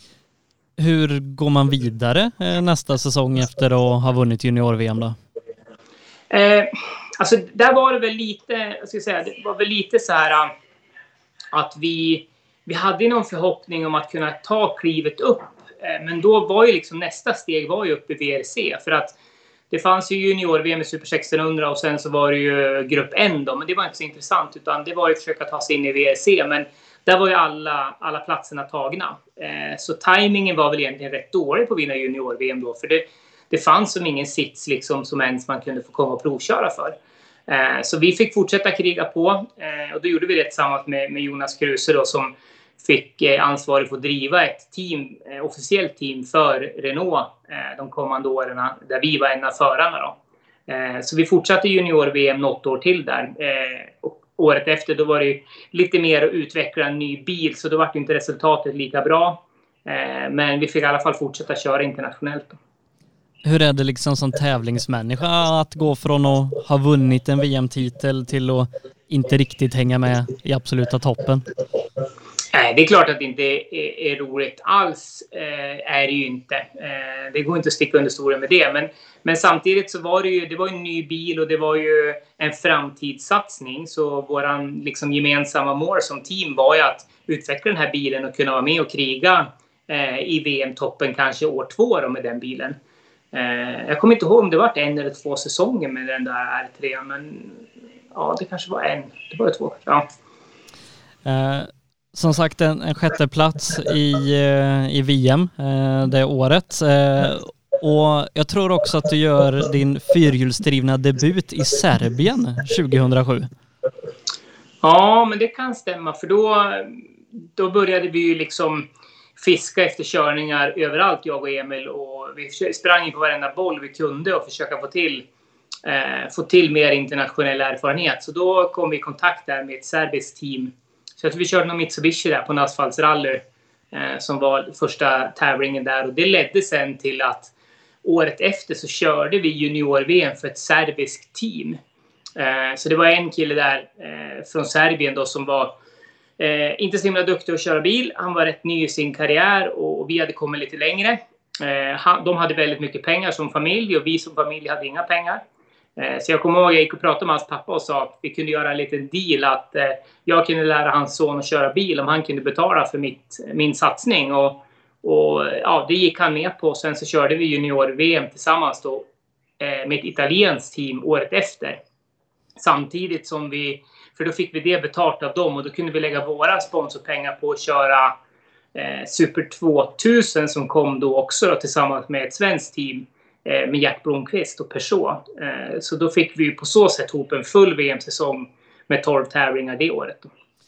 Hur går man vidare nästa säsong efter att ha vunnit junior-V M då? Eh, alltså där var det väl lite, jag ska säga, det var väl lite så här att vi, vi hade någon förhoppning om att kunna ta klivet upp, eh, men då var ju liksom nästa steg var ju upp i V R C, för att det fanns ju junior-V M i Super sextonhundra, och sen så var det ju grupp N då. Men det var inte så intressant, utan det var ju att försöka ta sig in i V R C. Men där var ju alla, alla platserna tagna. Eh, så tajmingen var väl egentligen rätt dålig på att vinna junior-V M då. För det, det fanns som ingen sits liksom, som ens man kunde få komma och provköra för. Eh, så vi fick fortsätta kriga på. Eh, och då gjorde vi det tillsammans med, med Jonas Kruse då, som fick eh, ansvarig för att driva ett team, eh, officiellt team för Renault eh, de kommande åren, där vi var en av förarna då. Eh, så vi fortsatte junior-V M något år till där. Eh, och året efter då var det lite mer att utveckla en ny bil, så då var inte resultatet lika bra. Eh, men vi fick i alla fall fortsätta köra internationellt då. Hur är det liksom som tävlingsmänniska att gå från att ha vunnit en V M-titel till att inte riktigt hänga med i absoluta toppen? Nej, det är klart att det inte är, är roligt alls, eh, är det ju inte. Eh, det går inte att sticka under stolen med det. Men, men samtidigt så var det ju det var en ny bil och det var ju en framtidssatsning. Så våran liksom gemensamma mål som team var ju att utveckla den här bilen och kunna vara med och kriga eh, i V M-toppen kanske år två då med den bilen. Eh, jag kommer inte ihåg om det var en eller två säsonger med den där R tre, men ja, det kanske var en. Det var två, ja. Eh. Som sagt, en, en sjätte plats i, i V M eh, det året. Eh, och jag tror också att du gör din fyrhjulsdrivna debut i Serbien tjugohundrasju. Ja, men det kan stämma. För då, då började vi ju liksom fiska efter körningar överallt, jag och Emil. Och vi sprang på varenda boll vi kunde och försöka få till, eh, få till mer internationell erfarenhet. Så då kom vi i kontakt där med ett serbiskt team. Så att vi körde någon Mitsubishi där på en asfaltsrally eh, som var första tävlingen där. Och det ledde sen till att året efter så körde vi junior-V M för ett serbiskt team. Eh, så det var en kille där eh, från Serbien då som var eh, inte så himla duktig att köra bil. Han var rätt ny i sin karriär och, och vi hade kommit lite längre. Eh, han, de hade väldigt mycket pengar som familj och vi som familj hade inga pengar. Så jag kommer ihåg att jag gick och pratade med hans pappa och sa att vi kunde göra en liten deal att eh, jag kunde lära hans son att köra bil om han kunde betala för mitt, min satsning. Och, och ja, det gick han med på. Sen så körde vi junior-V M tillsammans då eh, med ett italienskt team året efter. Samtidigt som vi, för då fick vi det betalt av dem och då kunde vi lägga våra sponsorpengar på att köra eh, Super tvåtusen som kom då också då, tillsammans med ett svenskt team. Med Gert Blomqvist och Peugeot. Så då fick vi på så sätt ihop en full V M-säsong med tolv tävlingar det året.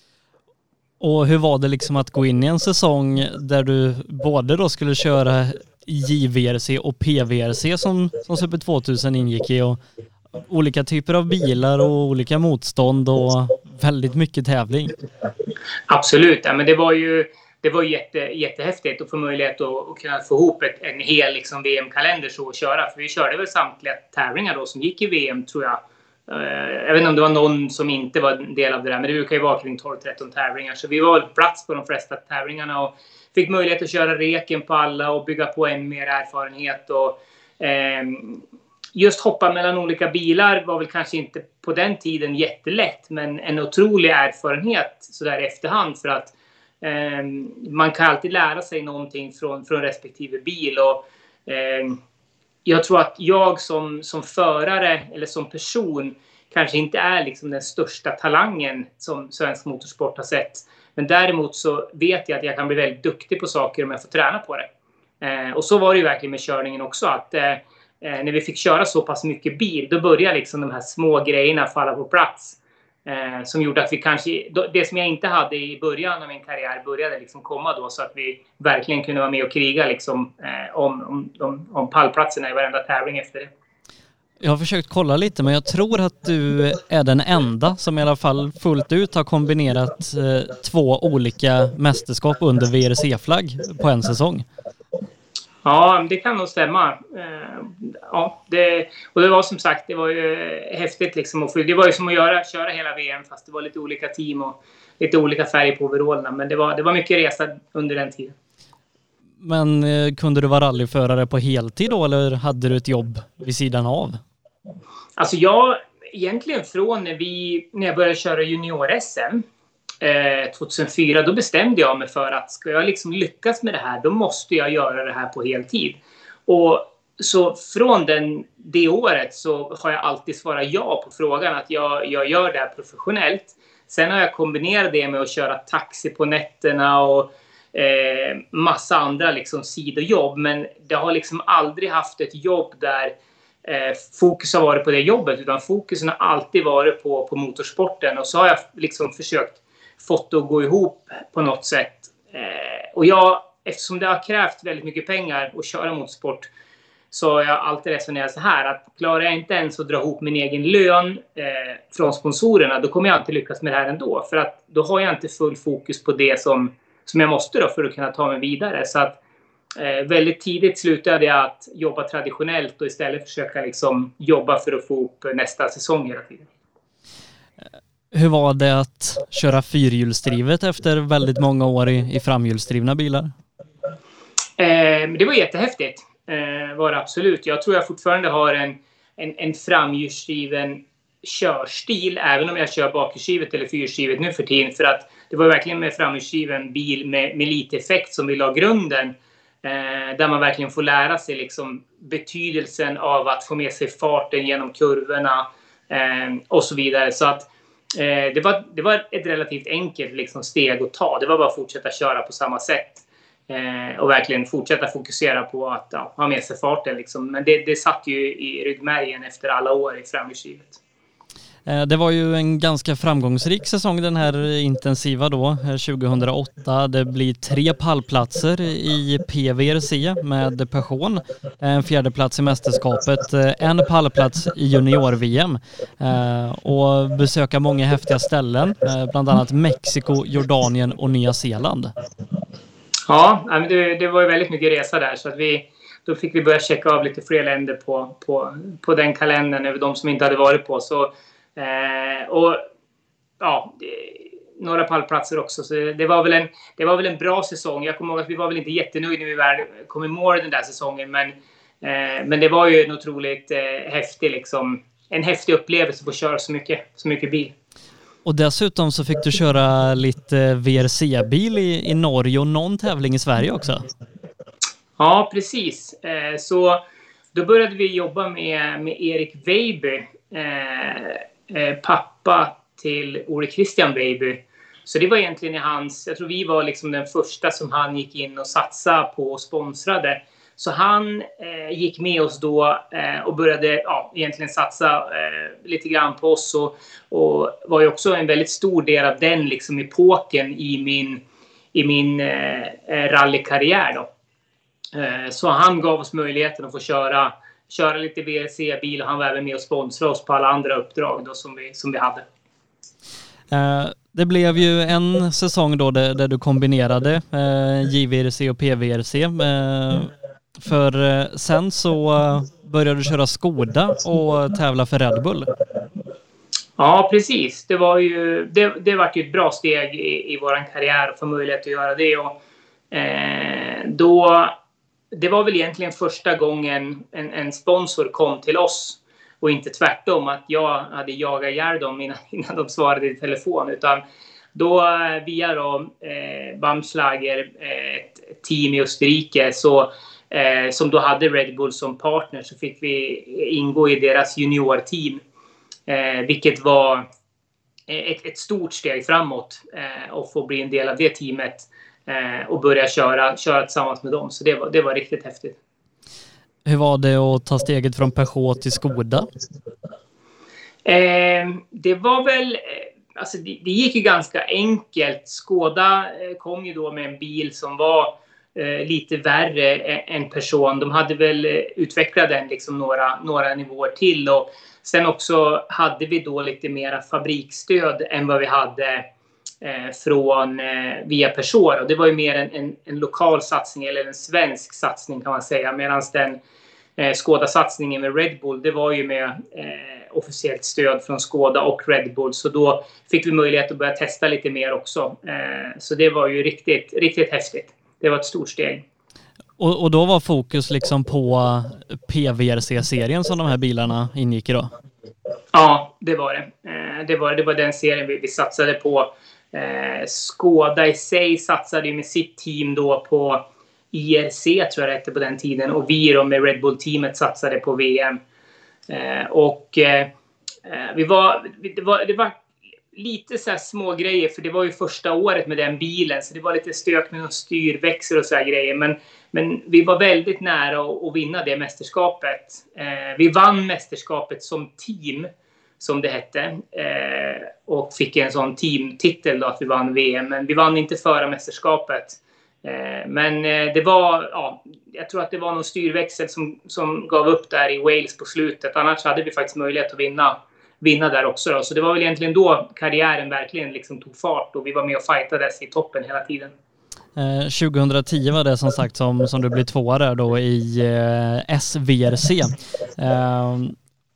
Och hur var det liksom att gå in i en säsong där du både då skulle köra J V R C och P V R C som, som Super tvåtusen ingick i och olika typer av bilar och olika motstånd och väldigt mycket tävling? Absolut, ja, men det var ju Det var jätte, jättehäftigt att få möjlighet att, att kunna få ihop ett, en hel liksom, V M-kalender så att köra. För vi körde väl samtliga tävlingar då som gick i V M, tror jag. Uh, jag vet inte om det var någon som inte var en del av det där. Men det brukar ju vara kring tolv tretton tävlingar. Så vi var på plats på de flesta tävlingarna. Och fick möjlighet att köra reken på alla och bygga på än mer erfarenhet. Och, um, just hoppa mellan olika bilar var väl kanske inte på den tiden jättelätt. Men en otrolig erfarenhet så där i efterhand för att Eh, man kan alltid lära sig någonting från, från respektive bil och eh, jag tror att jag som, som förare eller som person kanske inte är liksom den största talangen som svensk motorsport har sett, men däremot så vet jag att jag kan bli väldigt duktig på saker om jag får träna på det. Eh, och så var det ju verkligen med körningen också att eh, när vi fick köra så pass mycket bil, då började liksom de här små grejerna falla på plats. Eh, som gjorde att vi kanske, det som jag inte hade i början av min karriär började liksom komma då så att vi verkligen kunde vara med och kriga liksom, eh, om, om, om, om pallplatserna i varenda tävling efter det. Jag har försökt kolla lite men jag tror att du är den enda som i alla fall fullt ut har kombinerat eh, två olika mästerskap under V R C-flagg på en säsong. Ja, det kan nog stämma. Ja, det, och det var som sagt, det var ju häftigt liksom. Och det var ju som att göra, köra hela V M fast det var lite olika team och lite olika färg på overallerna. Men det var, det var mycket resa under den tiden. Men eh, kunde du vara rallyförare på heltid då eller hade du ett jobb vid sidan av? Alltså jag, egentligen från när, vi, när jag började köra junior-S M eh, tjugohundrafyra, då bestämde jag mig för att ska jag liksom lyckas med det här, då måste jag göra det här på heltid. Och så från den, det året så har jag alltid svarat ja på frågan att jag, jag gör det här professionellt. Sen har jag kombinerat det med att köra taxi på nätterna och eh, massa andra liksom sidojobb. Men det har liksom aldrig haft ett jobb där eh, fokus har varit på det jobbet, utan fokusen har alltid varit på, på motorsporten. Och så har jag liksom försökt fått det att gå ihop på något sätt. Eh, och jag, eftersom det har krävt väldigt mycket pengar att köra motorsport, så har jag alltid resonerat så här att klarar jag inte ens att dra ihop min egen lön eh, från sponsorerna, då kommer jag inte lyckas med det här ändå. För att då har jag inte full fokus på det som, som jag måste då för att kunna ta mig vidare. Så att eh, väldigt tidigt slutade jag att jobba traditionellt och istället försöka liksom jobba för att få ihop nästa säsong hela tiden. Hur var det att köra fyrhjulsdrivet efter väldigt många år i, i framhjulsdrivna bilar? Eh, det var jättehäftigt. Eh, var det absolut. Jag tror jag fortfarande har en, en, en framhjulsdriven körstil, även om jag kör bakhjulsdrivet eller fyrhjulsdrivet nu för tiden. För att det var verkligen med framhjulsdriven bil med, med lite effekt som vi la grunden. Eh, där man verkligen får lära sig liksom betydelsen av att få med sig farten genom kurvorna eh, och så vidare. Så att eh, det, var, det var ett relativt enkelt liksom, steg att ta. Det var bara att fortsätta köra på samma sätt. Eh, och verkligen fortsätta fokusera på att ja, ha med sig farten. Liksom. Men det, det satt ju i ryggmärgen efter alla år i framhjulsdrivet. Det var ju en ganska framgångsrik säsong den här intensiva då, tjugohundraåtta. Det blir tre pallplatser i P V R C med Peugeot, en fjärde plats i mästerskapet, en pallplats i junior-V M och besöka många häftiga ställen, bland annat Mexiko, Jordanien och Nya Zeeland. Ja, det, det var ju väldigt mycket resa där, så att vi, då fick vi börja checka av lite fler länder på, på, på den kalendern över de som inte hade varit på. Så Eh, och ja, det, några pallplatser också. Så det, det, var väl en, det var väl en bra säsong. Jag kommer ihåg att vi var väl inte jättenöjda när vi väl kom i mål den där säsongen. Men, eh, men det var ju en otroligt eh, häftig, liksom, en häftig upplevelse att få köra så mycket, så mycket bil. Och dessutom så fick du köra lite V R C-bil i, i Norge och någon tävling i Sverige också. Ja, precis. Eh, så då började vi jobba med, med Erik Weiby. Eh, Eh, pappa till Ole Christian Weiby. Så det var egentligen i hans, jag tror vi var liksom den första som han gick in och satsade på och sponsrade. Så han eh, gick med oss då eh, och började ja, egentligen satsa eh, lite grann på oss och, och var ju också en väldigt stor del av den liksom epoken i min, i min eh, rallykarriär då. Eh, så han gav oss möjligheten att få köra köra lite V R C-bil och han var även med och sponsra oss på alla andra uppdrag då som vi, som vi hade. Uh, det blev ju en säsong då där, där du kombinerade uh, J V R C och P V R C. Uh, för uh, sen så uh, började du köra Skoda och tävla för Red Bull. Ja, precis. Det var ju det, det var ju ett bra steg i, i våran karriär att få möjlighet att göra det. Och, uh, då Det var väl egentligen första gången en, en sponsor kom till oss och inte tvärtom att jag hade jagat ihjäl dem innan, innan de svarade i telefon. Utan då via då, eh, Bamslager, eh, ett team i Österrike så, eh, som då hade Red Bull som partner, så fick vi ingå i deras juniorteam. Eh, vilket var ett, ett stort steg framåt eh, och få bli en del av det teamet. Och börja köra, köra tillsammans med dem. Så det var, det var riktigt häftigt. Hur var det att ta steget från Peugeot till Skoda? Eh, det var väl... Alltså det, det gick ju ganska enkelt. Skoda kom ju då med en bil som var eh, lite värre än person. De hade väl utvecklat den liksom några, några nivåer till. Och sen också hade vi då lite mera fabriksstöd än vad vi hade... Eh, från eh, via Peugeot. Och det var ju mer en, en, en lokal satsning eller en svensk satsning kan man säga. Medan den eh, Skoda-satsningen med Red Bull, det var ju med eh, officiellt stöd från Skoda och Red Bull. Så då fick vi möjlighet att börja testa lite mer också. Eh, så det var ju riktigt, riktigt häftigt. Det var ett stort steg. Och, och då var fokus liksom på P V R C-serien som de här bilarna ingick i då? Ja, det var det. Eh, det, var, det var den serien vi, vi satsade på. Eh, Skoda i sig satsade ju med sitt team då på I R C tror jag det hette på den tiden, och vi då med Red Bull-teamet satsade på V M. Eh, och eh, vi var, det, var, det var lite så här små grejer, för det var ju första året med den bilen, så det var lite stök med någon styrväxel och så här grejer, men, men vi var väldigt nära att, att vinna det mästerskapet. Eh, vi vann mästerskapet som team, som det hette, eh, och fick en sån teamtitel då att vi vann V M, men vi vann inte förra mästerskapet. Eh, men eh, det var, ja, jag tror att det var någon styrväxel som, som gav upp där i Wales på slutet, annars hade vi faktiskt möjlighet att vinna, vinna där också då. Så det var väl egentligen då karriären verkligen liksom tog fart och vi var med och fightades i toppen hela tiden. Eh, tjugohundratio var det som sagt som, som du blev tvåa där då i eh, S V R C. Eh,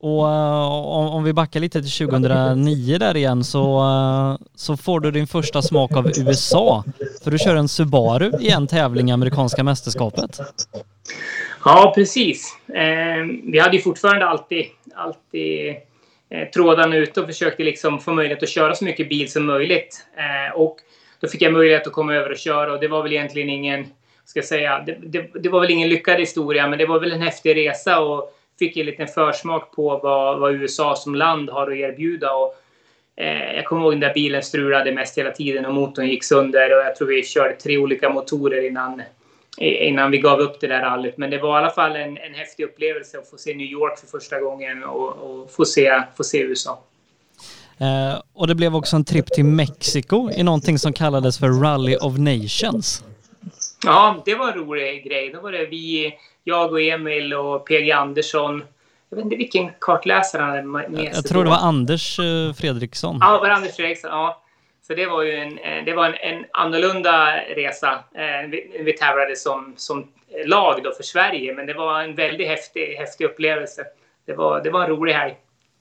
Och uh, om, om vi backar lite till tjugohundranio där igen så, uh, så får du din första smak av U S A. För du kör en Subaru i en tävling i amerikanska mästerskapet. Ja, precis. Eh, vi hade ju fortfarande alltid, alltid eh, trådarna ute och försökte liksom få möjlighet att köra så mycket bil som möjligt. Eh, och då fick jag möjlighet att komma över och köra och det var väl egentligen ingen, ska jag säga, det, det, det var väl ingen lyckad historia, men det var väl en häftig resa och fick en liten försmak på vad, vad U S A som land har att erbjuda. Och, eh, jag kommer ihåg den där bilen strulade mest hela tiden och motorn gick sönder och jag tror vi körde tre olika motorer innan, innan vi gav upp det där rallyt. Men det var i alla fall en, en häftig upplevelse att få se New York för första gången och, och få, se, få se U S A. Eh, och det blev också en trip till Mexiko i någonting som kallades för Rally of Nations. Ja, det var en rolig grej. Då var det vi, jag och Emil och P G Andersson. Jag vet inte vilken kartläsare han hade med sig. Jag tror det var Anders eh, Fredriksson. Ja, det var Anders Fredriksson, ja. Så det var ju en, det var en, en annorlunda resa. Eh, vi, vi tävlade som, som lag då för Sverige. Men det var en väldigt häftig, häftig upplevelse. Det var, det var en rolig helg.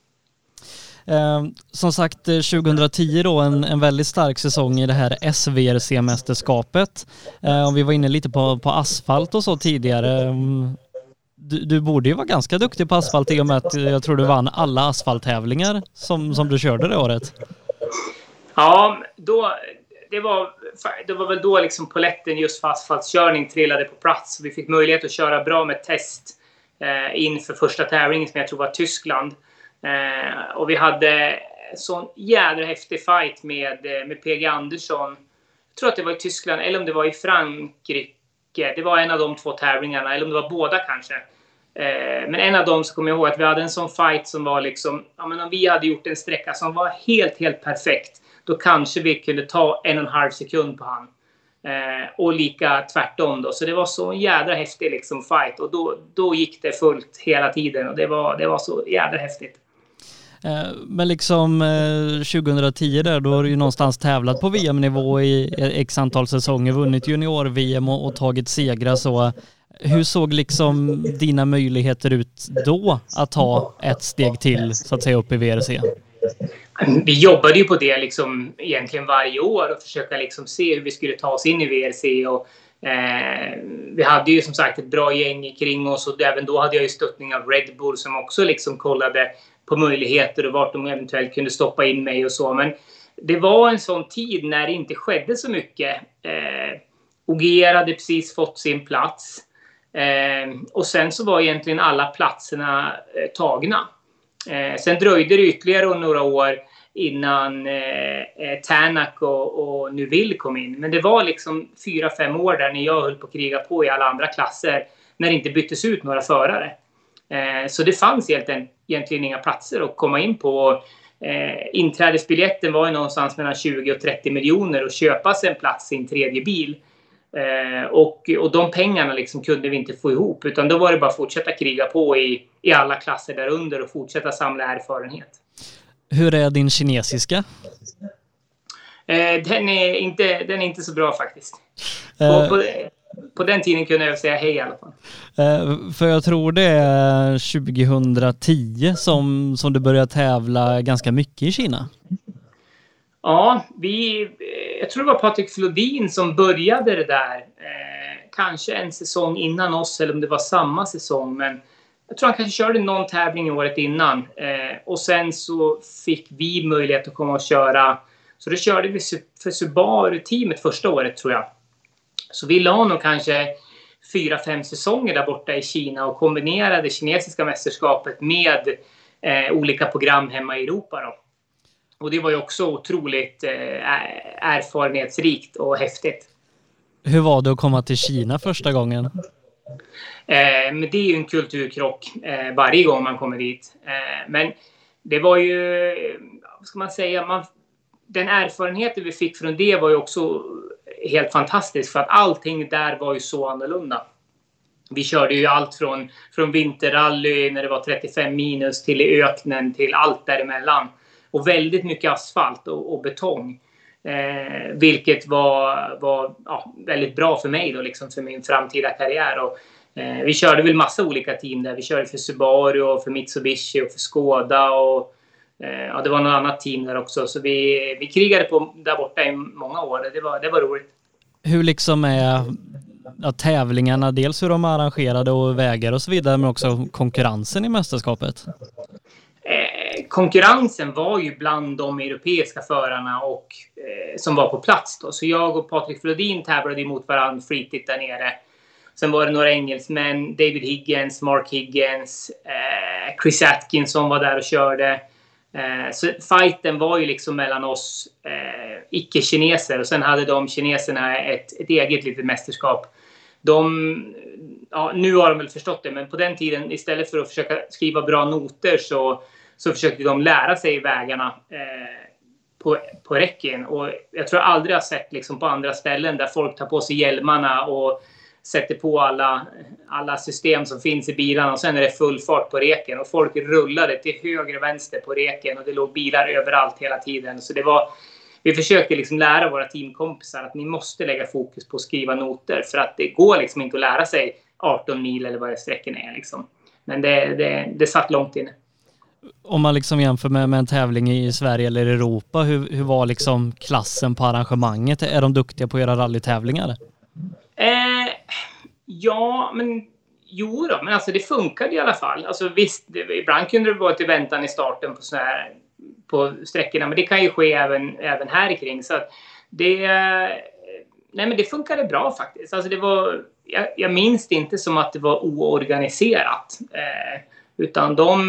Eh, som sagt, tjugohundratio då en, en väldigt stark säsong i det här S V R C-mästerskapet. Eh, och vi var inne lite på, på asfalt och så tidigare. Du, du borde ju vara ganska duktig på asfalt i och med att jag tror du vann alla asfalttävlingar som, som du körde det året. Ja, då, det, var, det var väl då liksom poletten just för asfaltskörning trillade på plats. Vi fick möjlighet att köra bra med test eh, inför första tävlingen som jag tror var Tyskland. Eh, och vi hade sån jädra häftig fight med, med P G Andersson. Jag tror att det var i Tyskland eller om det var i Frankrike. Det var en av de två tävlingarna, eller om det var båda kanske. Eh, men en av dem så kommer jag ihåg att vi hade en sån fight som var liksom, ja men om vi hade gjort en sträcka som var helt, helt perfekt. Då kanske vi kunde ta en och en halv sekund på han. Eh, och lika tvärtom då. Så det var så en jädra häftig liksom fight. Och då, då gick det fullt hela tiden. Och det var, det var så jädra häftigt. Men liksom tjugohundratio där, då har du ju någonstans tävlat på V M-nivå i x antal säsonger, vunnit junior-V M och, och tagit segrar så. Hur såg liksom dina möjligheter ut då att ta ett steg till så att säga upp i V R C? Vi jobbade ju på det liksom egentligen varje år och försöka liksom se hur vi skulle ta oss in i V R C och eh, vi hade ju som sagt ett bra gäng kring oss och även då hade jag ju stöttning av Red Bull som också liksom kollade på möjligheter och vart de eventuellt kunde stoppa in mig och så. Men det var en sån tid när det inte skedde så mycket. Eh, Ogier hade precis fått sin plats. Eh, och sen så var egentligen alla platserna eh, tagna. Eh, sen dröjde det ytterligare några år innan eh, Tänak och, och Neuville kom in. Men det var liksom fyra, fem år där när jag höll på att kriga på i alla andra klasser. När det inte byttes ut några förare. Eh, så det fanns egentligen, egentligen inga platser att komma in på. Eh, inträdesbiljetten var ju någonstans mellan tjugo och trettio miljoner och köpa sig en plats i en tredje bil. Eh, och, och de pengarna liksom kunde vi inte få ihop. Utan då var det bara att fortsätta kriga på i, i alla klasser där under och fortsätta samla erfarenhet. Hur är din kinesiska? Eh, den, är inte, den är inte så bra faktiskt. Eh. På, på, på den tiden kunde jag säga hej i alla fall. Eh, för jag tror det är tjugohundratio som, som du började tävla ganska mycket i Kina. Ja, vi, jag tror det var Patrik Flodin som började det där. Eh, kanske en säsong innan oss eller om det var samma säsong. Men jag tror han kanske körde någon tävling i året innan. Eh, och sen så fick vi möjlighet att komma och köra. Så då körde vi för Subaru-teamet första året tror jag. Så vi la nog kanske fyra, fem säsonger där borta i Kina och kombinerade kinesiska mästerskapet med eh, olika program hemma i Europa då. Och det var ju också otroligt eh, erfarenhetsrikt och häftigt. Hur var det att komma till Kina första gången? Eh, men det är ju en kulturkrock eh, varje gång man kommer dit. Eh, men det var ju, vad ska man säga, man, den erfarenheten vi fick från det var ju också helt fantastisk. För att allting där var ju så annorlunda. Vi körde ju allt från, från vinterrally när det var trettiofem minus till i öknen till allt däremellan. Och väldigt mycket asfalt och, och betong. Eh, vilket var, var ja, väldigt bra för mig då, liksom för min framtida karriär. Och, Eh, vi körde väl massa olika team där. Vi körde för Subaru och för Mitsubishi och för Skoda och eh, ja, det var något annat team där också. Så vi, vi krigade på där borta i många år. Det var, det var roligt. Hur liksom är ja, tävlingarna, dels hur de är arrangerade och vägar och så vidare, men också konkurrensen i mästerskapet? Eh, konkurrensen var ju bland de europeiska förarna och eh, som var på plats då. Så jag och Patrik Flodin tävlade emot varandra flitigt där nere. Sen var det några engelsmän, David Higgins, Mark Higgins, eh, Chris Atkinson var där och körde. Eh, så fighten var ju liksom mellan oss eh, icke-kineser, och sen hade de kineserna ett, ett eget litet mästerskap. De, ja, nu har de väl förstått det, men på den tiden istället för att försöka skriva bra noter så, så försökte de lära sig vägarna eh, på, på räcken. Och jag tror jag aldrig har sett liksom på andra ställen där folk tar på sig hjälmarna och sätter på alla, alla system som finns i bilarna, och sen är det full fart på reken och folk rullade till höger och vänster på reken och det låg bilar överallt hela tiden. Så det var, vi försökte liksom lära våra teamkompisar att ni måste lägga fokus på att skriva noter, för att det går liksom inte att lära sig arton mil eller vad det sträcken är liksom. Men det, det, det satt långt inne. Om man liksom jämför med, med en tävling i Sverige eller Europa, hur, hur var liksom klassen på arrangemanget? Är de duktiga på att göra rallytävlingar? Eh, ja, men jo då, men alltså det funkade i alla fall. Alltså visst, det, ibland kunde det vara till väntan i starten på såna här, på sträckorna, men det kan ju ske även, även här kring. Så att det, nej men det funkade bra faktiskt. Alltså det var, jag, jag minns det inte som att det var oorganiserat, eh, utan de,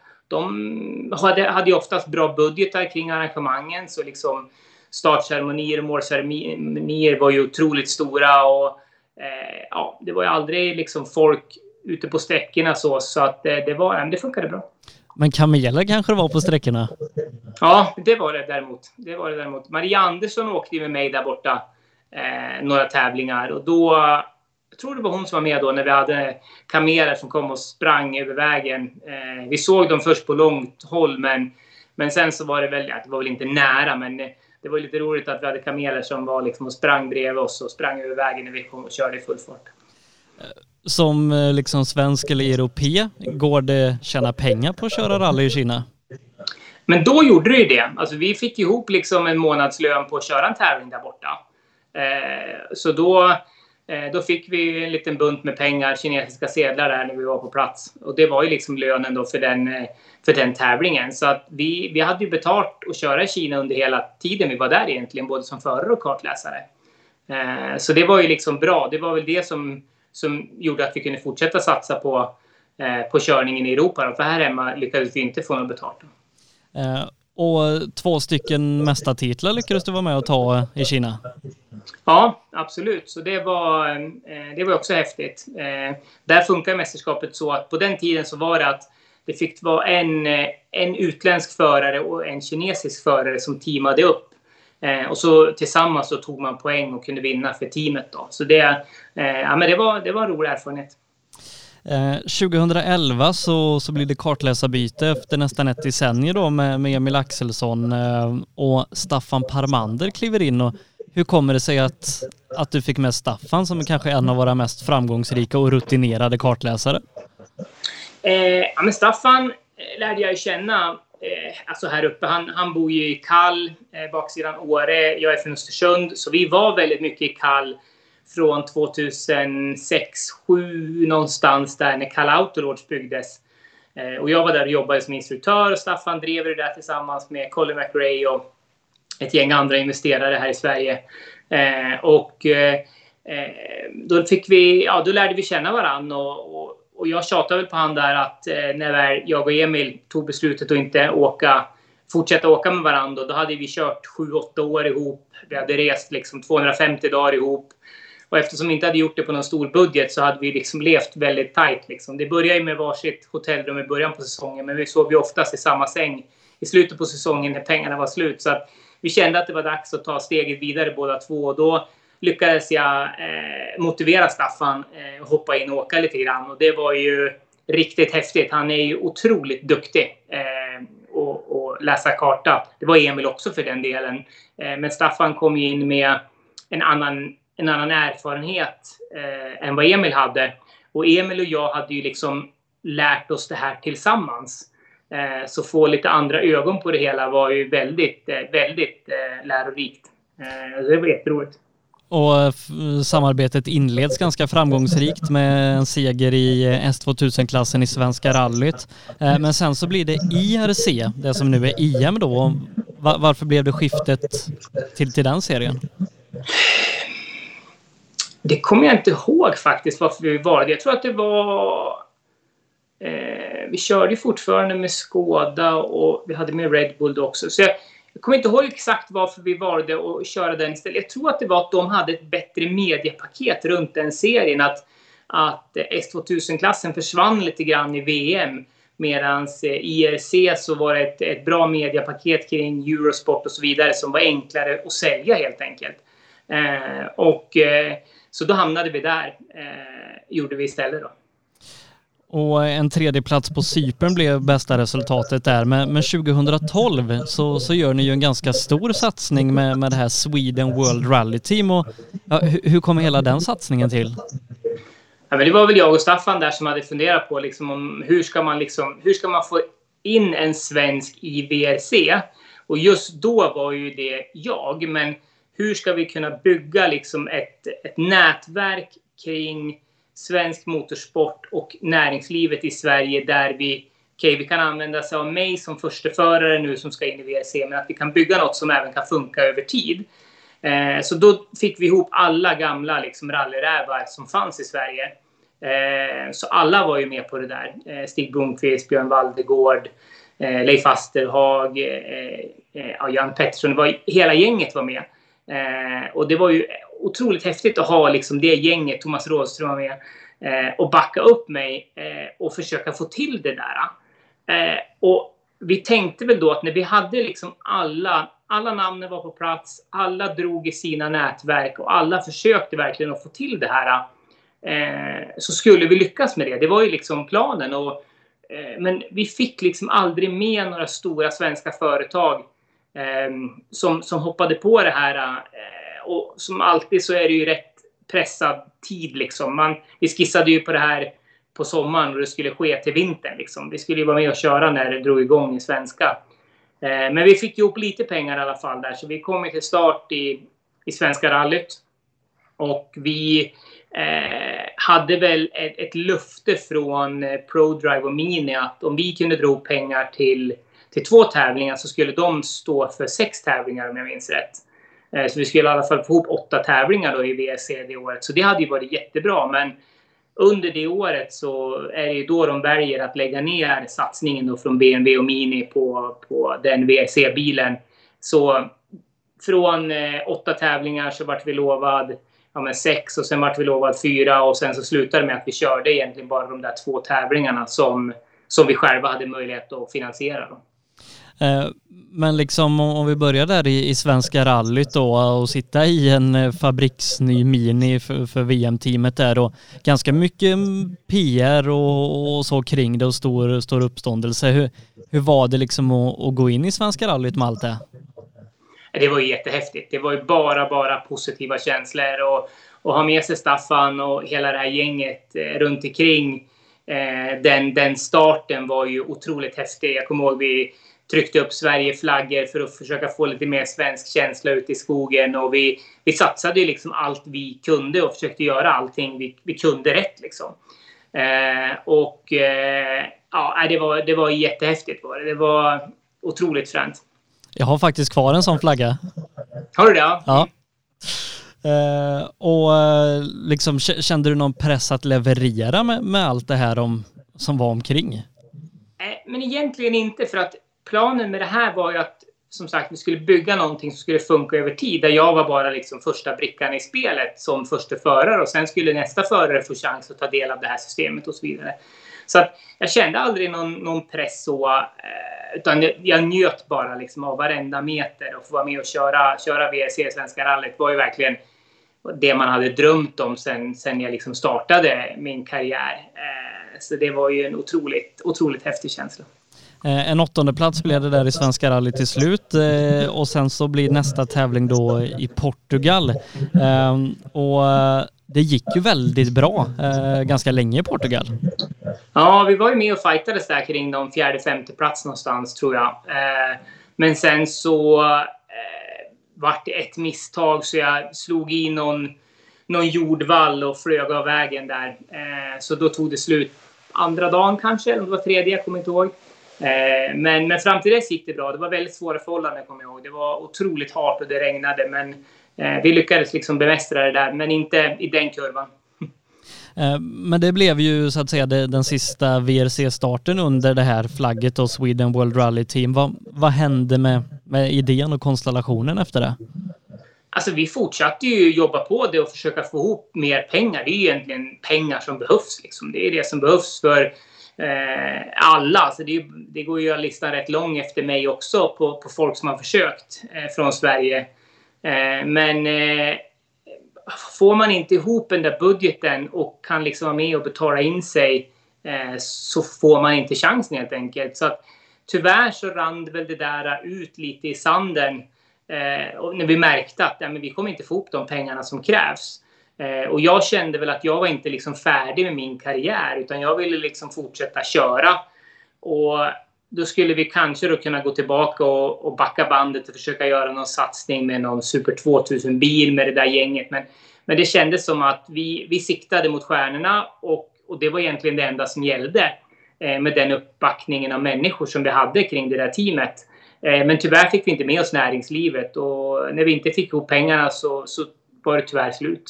de hade, hade ju oftast bra budgetar kring arrangemangen, så liksom startceremonier och målceremonier var ju otroligt stora, och eh, ja, det var ju aldrig liksom folk ute på sträckorna så, så att eh, det var, det funkade bra. Men kameler kanske det var på sträckorna? Ja, det var det däremot. Det var det däremot. Maria Andersson åkte med mig där borta eh, några tävlingar, och då, jag tror det var hon som var med då när vi hade kameler som kom och sprang över vägen. Eh, vi såg dem först på långt håll, men, men sen så var det väl, ja, det var väl inte nära, men det var lite roligt att vi hade kameler som var liksom och sprang bredvid oss och sprang över vägen när vi kom och körde i full fart. Som liksom svensk eller europé, går det tjäna pengar på att köra rally i Kina? Men då gjorde det ju det. Alltså vi fick ihop liksom en månadslön på att köra en tävling där borta. Eh, så då, eh, då fick vi en liten bunt med pengar, kinesiska sedlar där när vi var på plats. Och det var ju liksom lönen då för den, för den tävlingen. Så att vi, vi hade ju betalt att köra i Kina under hela tiden vi var där egentligen, både som förare och kartläsare. Eh, så det var ju liksom bra. Det var väl det som, som gjorde att vi kunde fortsätta satsa på, eh, på körningen i Europa. Då. För här hemma lyckades vi inte få något betalt. Eh, och två stycken mästartitlar lyckades du vara med och ta i Kina? Ja, absolut. Så det var, eh, det var också häftigt. Eh, där funkar mästerskapet så att på den tiden så var det att det fick vara en, en utländsk förare och en kinesisk förare som teamade upp. Eh, och så tillsammans så tog man poäng och kunde vinna för teamet då. Så det, eh, ja, men det, var, det var en rolig erfarenhet. Eh, tjugohundraelva så, så blir det kartläsarbyte efter nästan ett decennium då med, med Emil Axelsson eh, och Staffan Parmander kliver in. Och hur kommer det sig att, att du fick med Staffan som kanske är en av våra mest framgångsrika och rutinerade kartläsare? Eh, ja, men Staffan lärde jag känna eh, alltså här uppe. Han, han bor ju i Kall, eh, baksidan Åre. Jag är från Östersund, så vi var väldigt mycket i Kall från tvåtusensex sju någonstans där när Kall Autolords byggdes. Eh, och jag var där och jobbade som instruktör, och Staffan drev det där tillsammans med Colin McRae och ett gäng andra investerare här i Sverige. Eh, och eh, då fick vi, ja, då lärde vi känna varann, och, och, och jag tjatade väl på han där att eh, när jag och Emil tog beslutet att inte åka, fortsätta åka med varandra, då, då hade vi kört sju åtta år ihop. Vi hade rest liksom tvåhundrafemtio dagar ihop. Och eftersom vi inte hade gjort det på någon stor budget så hade vi liksom levt väldigt tajt. Liksom. Det började ju med varsitt hotellrum i början på säsongen, men vi sov ju oftast i samma säng i slutet på säsongen när pengarna var slut. Så att vi kände att det var dags att ta steget vidare båda två, och då lyckades jag eh, motivera Staffan eh, att hoppa in och åka lite grann. Och det var ju riktigt häftigt. Han är ju otroligt duktig eh, och, och läsa karta. Det var Emil också för den delen. Eh, men Staffan kom ju in med en annan, en annan erfarenhet eh, än vad Emil hade. Och Emil och jag hade ju liksom lärt oss det här tillsammans. Eh, så få lite andra ögon på det hela var ju väldigt, eh, väldigt eh, lärorikt. Eh, det var jätteroligt. Och f- samarbetet inleds ganska framgångsrikt med en seger i S tvåtusen-klassen i Svenska rallyt. Eh, men sen så blir det I R C, det som nu är I M då. Va- varför blev det skiftet till, till den serien? Det kommer jag inte ihåg faktiskt varför vi var det. Jag tror att det var... Eh, vi körde fortfarande med Skoda och vi hade med Red Bull också. Så jag, jag kommer inte ihåg exakt varför vi valde att köra den istället. Jag tror att det var att de hade ett bättre mediepaket runt den serien. Att, att S tvåtusen-klassen försvann lite grann i V M. Medan I R C så var det ett, ett bra mediepaket kring Eurosport och så vidare som var enklare att sälja helt enkelt. Eh, och eh, så då hamnade vi där. Eh, gjorde vi istället då. Och en tredje plats på Cypern blev bästa resultatet där. Men, men tjugohundratolv så, så gör ni ju en ganska stor satsning med, med det här Sweden World Rally Team. Och, ja, hur, hur kom hela den satsningen till? Ja, men det var väl jag och Staffan där som hade funderat på liksom, om hur, ska man liksom, hur ska man få in en svensk i V R C. Och just då var ju det jag. Men hur ska vi kunna bygga liksom ett, ett nätverk kring svensk motorsport och näringslivet i Sverige där vi, okay, vi kan använda sig av mig som försteförare nu som ska in i V R C, men att vi kan bygga något som även kan funka över tid. Eh, så då fick vi ihop alla gamla liksom, rallyrävar som fanns i Sverige. Eh, så alla var ju med på det där. Eh, Stig Blomqvist, Björn Waldegård, eh, Leif Asterhag, eh, eh, Jan Pettersson. Det var, hela gänget var med. Eh, och det var ju otroligt häftigt att ha liksom det gänget, Thomas Rådström var med, eh, och backa upp mig eh, och försöka få till det där. Eh, och vi tänkte väl då att när vi hade liksom alla, alla namnen var på plats, alla drog i sina nätverk och alla försökte verkligen att få till det här, eh, så skulle vi lyckas med det. Det var ju liksom planen. Och, eh, men vi fick liksom aldrig med några stora svenska företag eh, som, som hoppade på det här. Eh, och som alltid så är det ju rätt pressad tid liksom. Man, vi skissade ju på det här på sommaren och det skulle ske till vintern liksom. Vi skulle ju vara med och köra när det drog igång i svenska. Eh, men vi fick ju upp lite pengar i alla fall där. Så vi kom till start i, i Svenska rallyt. Och vi eh, hade väl ett, ett löfte från eh, ProDrive och Mini att om vi kunde dra pengar till, till två tävlingar så skulle de stå för sex tävlingar om jag minns rätt. Eh, så vi skulle i alla fall få ihop åtta tävlingar då i V R C det året. Så det hade ju varit jättebra, men under det året så är det ju då de väljer att lägga ner satsningen då från B M W och Mini på, på den V R C-bilen. Så från eh, åtta tävlingar så vart vi lovad ja, men sex och sen vart vi lovad fyra och sen så slutade det med att vi körde egentligen bara de där två tävlingarna som, som vi själva hade möjlighet att finansiera då. Men liksom om vi börjar där i, i Svenska rallyt då och sitta i en fabriksny Mini för, för V M-teamet där och ganska mycket P R och, och så kring det och stor, stor uppståndelse. Hur, hur var det liksom att, att gå in i Svenska rallyt med allt det? Det var ju jättehäftigt. Det var ju bara, bara positiva känslor och, och ha med sig Staffan och hela det här gänget eh, runt omkring. Eh, den, den starten var ju otroligt häftig. Jag kommer ihåg vi tryckte upp Sverigeflaggor för att försöka få lite mer svensk känsla ut i skogen. Och vi, vi satsade ju liksom allt vi kunde och försökte göra allting vi, vi kunde rätt liksom. Eh, och eh, ja, det var, det var jättehäftigt. Var det. det var otroligt fränt. Jag har faktiskt kvar en sån flagga. Har du det? Ja. Ja. Eh, och liksom, kände du någon press att leverera med, med allt det här om, som var omkring? Eh, men egentligen inte, för att planen med det här var ju att som sagt vi skulle bygga någonting som skulle funka över tid. Där jag var bara liksom första brickan i spelet som första förare och sen skulle nästa förare få chans att ta del av det här systemet och så vidare. Så att jag kände aldrig någon, någon press så, eh, utan jag, jag njöt bara liksom av varenda meter och få vara med och köra, köra V R C Svenska rallyt var ju verkligen det man hade drömt om sen, sen jag liksom startade min karriär. Eh, så det var ju en otroligt, otroligt häftig känsla. En åttonde plats blev det där i Svenska rally till slut och sen så blir nästa tävling då i Portugal. Och det gick ju väldigt bra eh, ganska länge i Portugal. Ja, vi var ju med och fightades där kring de fjärde, femte plats någonstans tror jag. Eh, men sen så eh, vart det ett misstag så jag slog i någon, någon jordvall och flög av vägen där. Eh, så då tog det slut andra dagen kanske, eller om det var tredje, jag kommer inte ihåg. Eh, men, men fram till dess gick det bra. Det var väldigt svåra förhållanden, kommer jag ihåg. Det var otroligt hårt och det regnade, men eh, vi lyckades liksom bemästra det där, men inte i den kurvan. Eh, men det blev ju så att säga det, den sista V R C-starten under det här flagget och Sweden World Rally Team. Vad, vad hände med, med idén och konstellationen efter det? Alltså vi fortsatte ju jobba på det och försöka få ihop mer pengar. Det är ju egentligen pengar som behövs. Liksom. Det är det som behövs för eh, alla. Alltså det, det går ju att lista rätt lång efter mig också på, på folk som har försökt eh, från Sverige. Eh, men eh, får man inte ihop den där budgeten och kan liksom vara med och betala in sig eh, så får man inte chansen helt enkelt. Så att, tyvärr så rann väl det där ut lite i sanden. Eh, och när vi märkte att ja, men vi kommer inte få ihop de pengarna som krävs. Eh, och jag kände väl att jag var inte liksom färdig med min karriär, utan jag ville liksom fortsätta köra. Och då skulle vi kanske då kunna gå tillbaka och, och backa bandet och försöka göra någon satsning med någon Super tvåtusen-bil med det där gänget. Men, men det kändes som att vi, vi siktade mot stjärnorna och, och det var egentligen det enda som gällde eh, med den uppbackningen av människor som vi hade kring det där teamet. Men tyvärr fick vi inte med oss näringslivet och när vi inte fick ihop pengarna så, så var det tyvärr slut.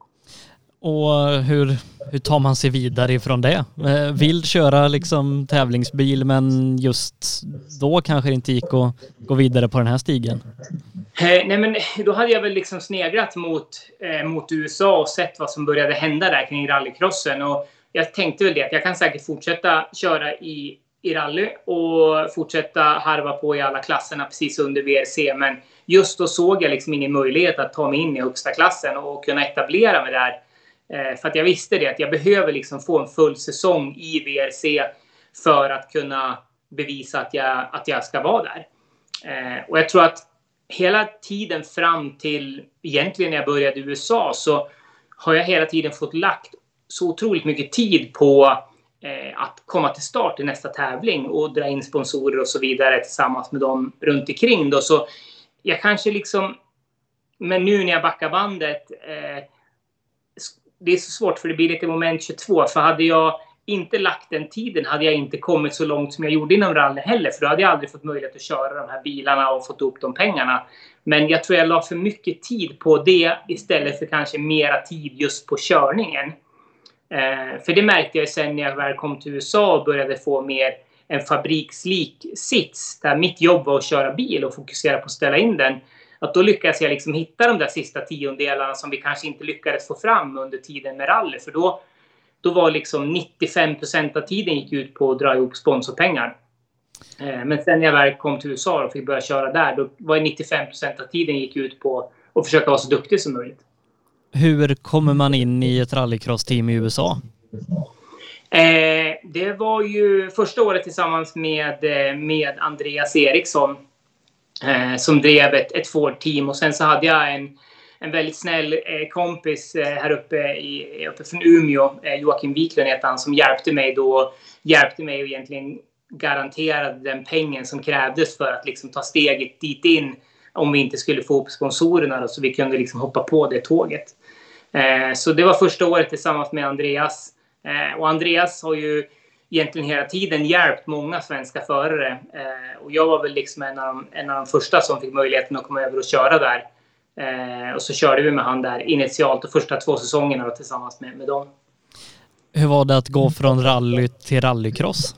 Och hur, hur tar man sig vidare ifrån det? Vill köra liksom tävlingsbil men just då kanske det inte gick att gå vidare på den här stigen? Eh, nej men då hade jag väl liksom sneglat mot, eh, mot U S A och sett vad som började hända där kring rallycrossen. Och jag tänkte väl det att jag kan säkert fortsätta köra i i rally och fortsätta harva på i alla klasserna precis under V R C. Men just då såg jag liksom ingen möjlighet att ta mig in i högsta klassen och kunna etablera mig där. Eh, för att jag visste det att jag behöver liksom få en full säsong i V R C för att kunna bevisa att jag, att jag ska vara där. Eh, och jag tror att hela tiden fram till egentligen när jag började i U S A så har jag hela tiden fått lagt så otroligt mycket tid på att komma till start i nästa tävling och dra in sponsorer och så vidare tillsammans med dem runt omkring då. Så jag kanske liksom, men nu när jag backar bandet, eh, det är så svårt för det blir lite moment tjugotvå, för hade jag inte lagt den tiden hade jag inte kommit så långt som jag gjorde inom rally heller, för då hade jag aldrig fått möjlighet att köra de här bilarna och fått upp de pengarna. Men jag tror jag la för mycket tid på det istället för kanske mera tid just på körningen. Eh, för det märkte jag sen när jag väl kom till U S A och började få mer en fabrikslik sits där mitt jobb var att köra bil och fokusera på att ställa in den. Att då lyckades jag liksom hitta de där sista tiondelarna som vi kanske inte lyckades få fram under tiden med rally. För då, då var liksom nittiofem procent av tiden gick ut på att dra ihop sponsorpengar. Eh, men sen när jag väl kom till U S A och fick börja köra där, då var nittiofem procent av tiden gick ut på att försöka vara så duktig som möjligt. Hur kommer man in i ett rallycross-team i U S A? Eh, det var ju första året tillsammans med, med Andreas Eriksson eh, som drev ett, ett Ford-team. Och sen så hade jag en, en väldigt snäll eh, kompis eh, här uppe, i, uppe från Umeå, eh, Joakim Wiklund heter han, som hjälpte mig då, hjälpte mig och egentligen garanterade den pengen som krävdes för att liksom ta steget dit in om vi inte skulle få upp sponsorerna då, så vi kunde liksom hoppa på det tåget. Eh, så det var första året tillsammans med Andreas. Eh, och Andreas har ju egentligen hela tiden hjälpt många svenska förare. Eh, och jag var väl liksom en av, de, en av de första som fick möjligheten att komma över och köra där. Eh, och så körde vi med han där initialt de första två säsongerna då, tillsammans med, med dem. Hur var det att gå från rally till rallycross?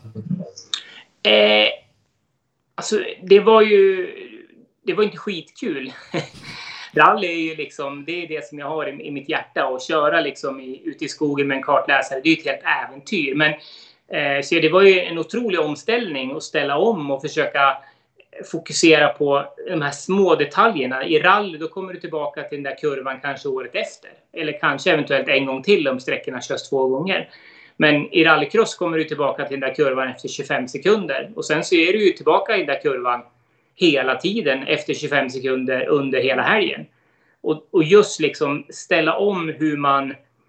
Eh, alltså det var ju... Det var inte skitkul. Rally är ju liksom, det är det som jag har i, i mitt hjärta. Och köra liksom i, ute i skogen med en kartläsare, det är ju ett helt äventyr. Men eh, så det var ju en otrolig omställning att ställa om och försöka fokusera på de här små detaljerna. I rally då kommer du tillbaka till den där kurvan kanske året efter. Eller kanske eventuellt en gång till om sträckorna körs två gånger. Men i rallycross kommer du tillbaka till den där kurvan efter tjugofem sekunder. Och sen så är du ju tillbaka i den där kurvan hela tiden efter tjugofem sekunder under hela helgen. Och, och just liksom ställa om hur man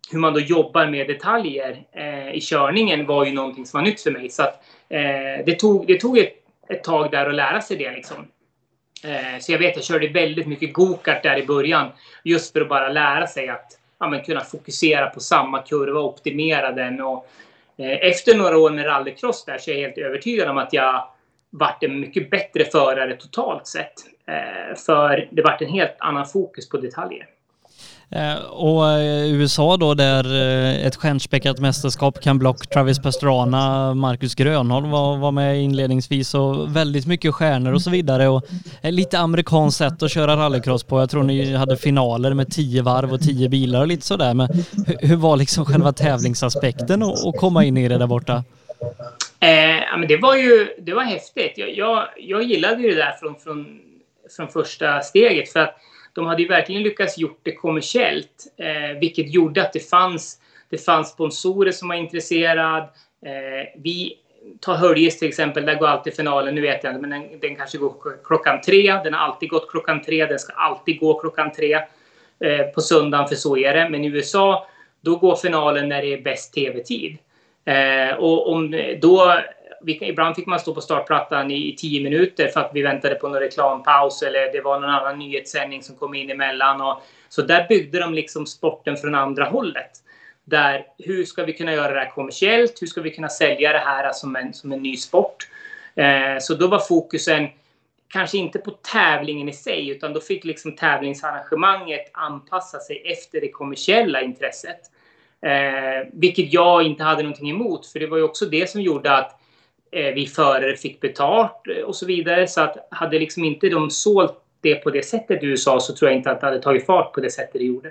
hur man då jobbar med detaljer eh, i körningen var ju någonting som var nytt för mig. Så att, eh, det tog, det tog ett, ett tag där att lära sig det liksom. Eh, så jag vet, jag körde väldigt mycket go-kart där i början. Just för att bara lära sig att ja, men kunna fokusera på samma kurva och optimera den. Och, eh, efter några år med rallycross där så är jag helt övertygad om att jag varit en mycket bättre förare totalt sett. Eh, för det varit en helt annan fokus på detaljer. Eh, och i U S A då, där eh, ett stjärnspäckat mästerskap kan block Travis Pastrana, Marcus Grönholm var, var med inledningsvis, och väldigt mycket stjärnor och så vidare, och eh, lite amerikanskt sätt att köra rallycross på. Jag tror ni hade finaler med tio varv och tio bilar och lite sådär, men hur, hur var liksom själva tävlingsaspekten att komma in i det där borta? Eh, ja, men det var ju det var häftigt. Jag, jag, jag gillade ju det där från, från, från första steget, för att de hade ju verkligen lyckats gjort det kommersiellt, eh, vilket gjorde att det fanns, det fanns sponsorer som var intresserade. Eh, vi tar Höljes till exempel, där går alltid finalen, nu vet jag inte, men den, den kanske går klockan tre. Den har alltid gått klockan tre, den ska alltid gå klockan tre eh, på söndagen, för så är det. Men i U S A, då går finalen när det är bäst tv-tid. Eh, och om då... Ibland fick man stå på startplattan i tio minuter för att vi väntade på någon reklampaus, eller det var någon annan nyhetssändning som kom in emellan. Och, så där byggde de liksom sporten från andra hållet. Där, hur ska vi kunna göra det här kommersiellt? Hur ska vi kunna sälja det här som en, som en ny sport? Eh, så då var fokusen kanske inte på tävlingen i sig, utan då fick liksom tävlingsarrangemanget anpassa sig efter det kommersiella intresset. Eh, vilket jag inte hade någonting emot, för det var ju också det som gjorde att vi förare fick betalt och så vidare. Så att hade liksom inte de sålt det på det sättet i U S A, så tror jag inte att det hade tagit fart på det sättet det gjorde.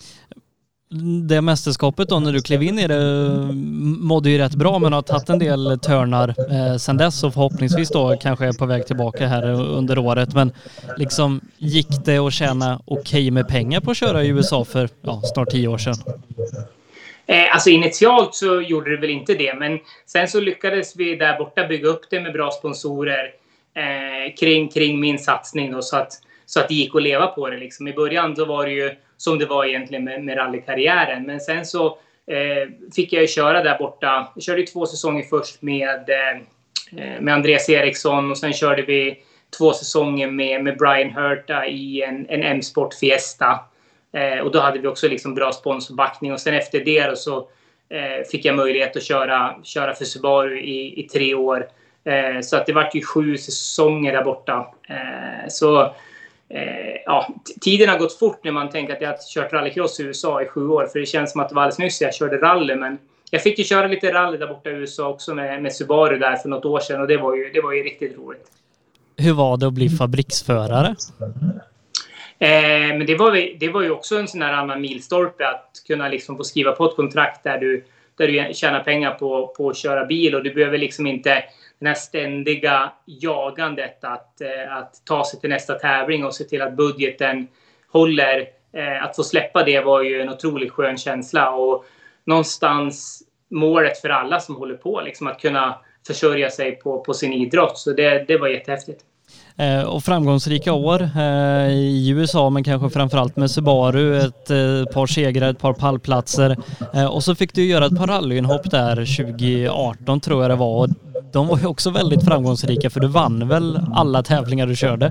Det mästerskapet då, när du klev in i det, mådde ju rätt bra, men har tagit en del törnar eh, sen dess, och förhoppningsvis då kanske är på väg tillbaka här under året. Men liksom, gick det att tjäna okej okay med pengar på att köra i U S A för ja, snart tio år sedan? Eh, alltså initialt så gjorde det väl inte det, men sen så lyckades vi där borta bygga upp det med bra sponsorer eh, kring, kring min satsning då, så att, så att det gick att leva på det liksom. I början så var det ju som det var egentligen med, med rallykarriären, men sen så eh, fick jag ju köra där borta. Jag körde ju två säsonger först med, eh, med Andreas Eriksson, och sen körde vi två säsonger med, med Brian Hurta i en, en M-Sport Fiesta. Eh, och då hade vi också liksom bra sponsorbackning, och sen efter det då så eh, fick jag möjlighet att köra, köra för Subaru i, i tre år. Eh, så att det var ju sju säsonger där borta. Eh, så eh, ja, t- tiden har gått fort när man tänker att jag har kört rallycross i U S A i sju år. För det känns som att det var alldeles nyss jag körde rally. Men jag fick ju köra lite rally där borta i U S A också med, med Subaru där för något år sedan. Och det var ju, det var ju riktigt roligt. Hur var det att bli fabriksförare? Eh, men det var, det var ju också en sån här annan milstolpe, att kunna liksom få skriva på ett kontrakt där du, där du tjänar pengar på, på att köra bil, och du behöver liksom inte den här ständiga jagandet att, eh, att ta sig till nästa tävling och se till att budgeten håller. Eh, att få släppa det var ju en otroligt skön känsla, och någonstans målet för alla som håller på liksom, att kunna försörja sig på, på sin idrott, så det, det var jättehäftigt. Eh, och framgångsrika år eh, i U S A, men kanske framförallt med Subaru, ett eh, par segrar, ett par pallplatser, eh, och så fick du göra ett par rallyinhopp där tjugo arton tror jag det var, och de var ju också väldigt framgångsrika, för du vann väl alla tävlingar du körde?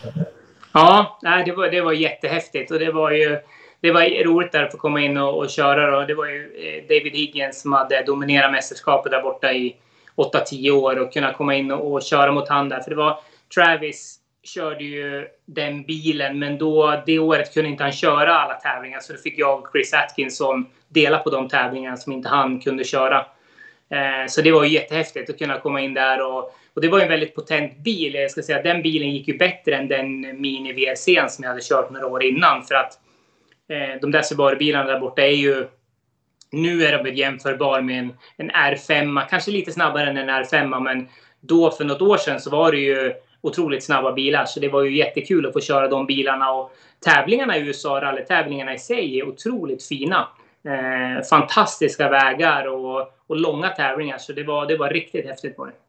Ja, nej, det var, det var jättehäftigt, och det var ju det var roligt där att få komma in och, och köra, och det var ju David Higgins som hade dominerat mästerskapet där borta i åtta tio år, och kunna komma in och, och köra mot han där, för det var Travis körde ju den bilen, men då det året kunde inte han köra alla tävlingar, så då fick jag och Chris Atkinson dela på de tävlingarna som inte han kunde köra. Eh, så det var ju jättehäftigt att kunna komma in där, och, och det var en väldigt potent bil. Jag ska säga, den bilen gick ju bättre än den Mini V R C som jag hade kört några år innan, för att eh, de där Subaru-bilarna där borta är ju, nu är de väl jämförbar med en, en R fem, kanske lite snabbare än en R fem, men då för något år sedan så var det ju otroligt snabba bilar, så det var ju jättekul att få köra de bilarna, och tävlingarna i U S A, rallytävlingarna i sig är otroligt fina. Eh, fantastiska vägar och, och långa tävlingar, så det var, det var riktigt häftigt på det.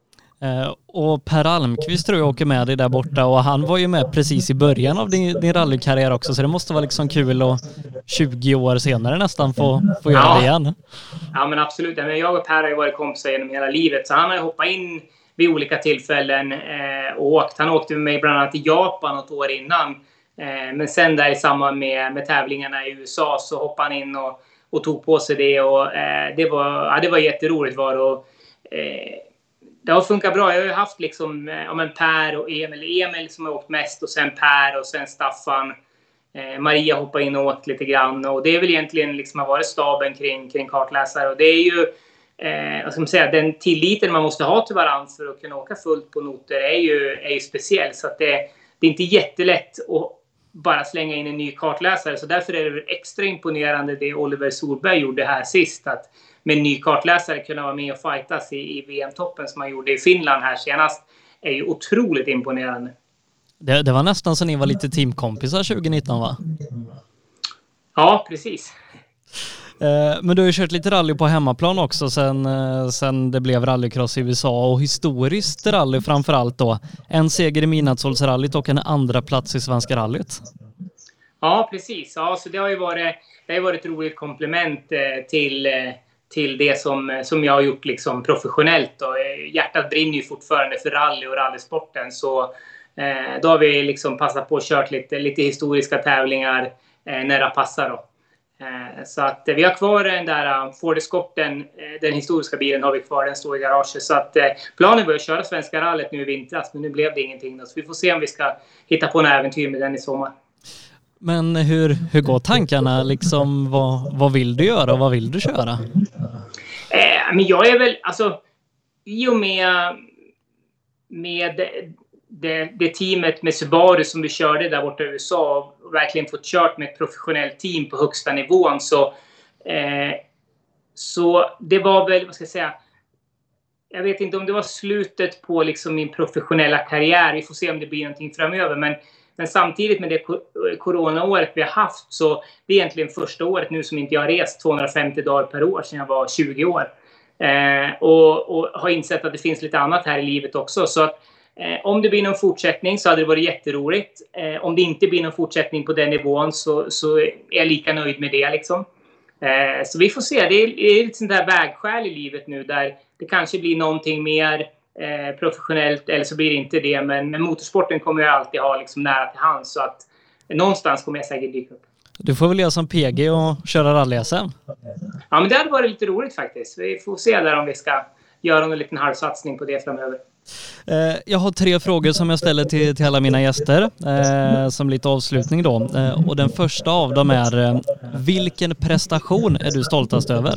Eh, och Per Almqvist tror jag åker med dig där borta och han var ju med precis i början av din, din rallykarriär också, så det måste vara liksom kul att tjugo år senare nästan få, få göra ja. det igen. Ja, men absolut. Men jag och Per har ju varit kompisar genom hela livet, så han har ju hoppat in vid olika tillfällen eh, och åkt. Han åkte med mig bland annat till Japan ett år innan. Eh, men sen där i samband med, med tävlingarna i U S A så hoppade han in och, och tog på sig det. Och, eh, det, var, ja, det var jätteroligt var det. Och, eh, det har funkat bra. Jag har ju haft liksom, ja, men Per och Emil. Emil som har åkt mest och sen Per och sen Staffan. Eh, Maria hoppade in och åkt lite grann. Och det är väl egentligen liksom har varit staben kring, kring kartläsare. Och det är ju, eh, vad ska man säga, den tilliten man måste ha till varandra för att kunna åka fullt på noter är ju, är ju speciell. Så att det, det är inte jättelätt att bara slänga in en ny kartläsare. Så därför är det extra imponerande det Oliver Solberg gjorde här sist. Att med en ny kartläsare kunna vara med och fightas i, i V M-toppen som man gjorde i Finland här senast är ju otroligt imponerande. Det, det var nästan så ni var lite teamkompisar tjugonitton, va? Ja, precis. Eh, men du har ju kört lite rally på hemmaplan också sen, eh, sen det blev rallycross i U S A och historiskt rally framförallt då. En seger i Midnattssolsrallyt och en andra plats i Svenska rallyt. Ja, precis. Ja, så det har ju varit, det har varit ett roligt komplement eh, till... Eh, till det som, som jag har gjort liksom professionellt. Och hjärtat brinner ju fortfarande för rally och rallysporten. Så eh, då har vi liksom passat på att kört lite, lite historiska tävlingar eh, när det passar. Då. Eh, så att eh, vi har kvar den där Ford Escorten, eh, den historiska bilen har vi kvar, den står i garaget. Så att eh, planen var att köra Svenska rallyt nu i vintras, men nu blev det ingenting. Då. Så vi får se om vi ska hitta på en äventyr med den i sommar. Men hur, hur går tankarna? Liksom, vad, vad vill du göra och vad vill du köra? Eh, men jag är väl, alltså, i och med, med det, det teamet med Subaru som vi körde där borta i U S A och verkligen fått kört med ett professionellt team på högsta nivån, så, eh, så det var väl, vad ska jag säga, jag vet inte om det var slutet på liksom min professionella karriär. Vi får se om det blir någonting framöver, men Men samtidigt med det coronaåret vi har haft, så det är egentligen första året nu som inte jag har rest tvåhundrafemtio dagar per år sedan jag var tjugo år. Eh, och, och har insett att det finns lite annat här i livet också. Så att, eh, om det blir någon fortsättning så hade det varit jätteroligt. Eh, om det inte blir någon fortsättning på den nivån så, så är jag lika nöjd med det. Liksom. Eh, så vi får se. Det är, det är ett sånt där vägskäl i livet nu där det kanske blir någonting mer Eh, professionellt, eller så blir det inte det, men, men motorsporten kommer jag alltid ha liksom nära till hands, så att eh, någonstans kommer jag säkert dyka upp. Du får väl göra som P G och köra rally-S M? Ja, men det hade varit lite roligt faktiskt. Vi får se där om vi ska göra en liten halvsatsning på det framöver. Eh, jag har tre frågor som jag ställer till, till alla mina gäster eh, som lite avslutning då. Eh, och den första av dem är eh, vilken prestation är du stoltast över?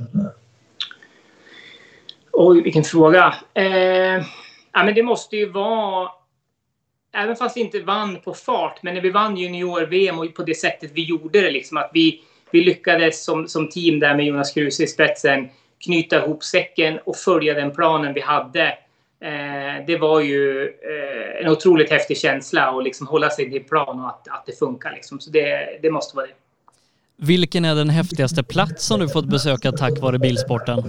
Oj, vilken fråga. Eh, ja, men det måste ju vara, även fast vi inte vann på fart, men när vi vann junior-V M och på det sättet vi gjorde det, liksom, att vi, vi lyckades som, som team där med Jonas Kruse i spetsen knyta ihop säcken och följa den planen vi hade. Eh, det var ju eh, en otroligt häftig känsla att liksom hålla sig till plan och att, att det funkar. Liksom. Så det, det måste vara det. Vilken är den häftigaste plats som du fått besöka tack vare bilsporten?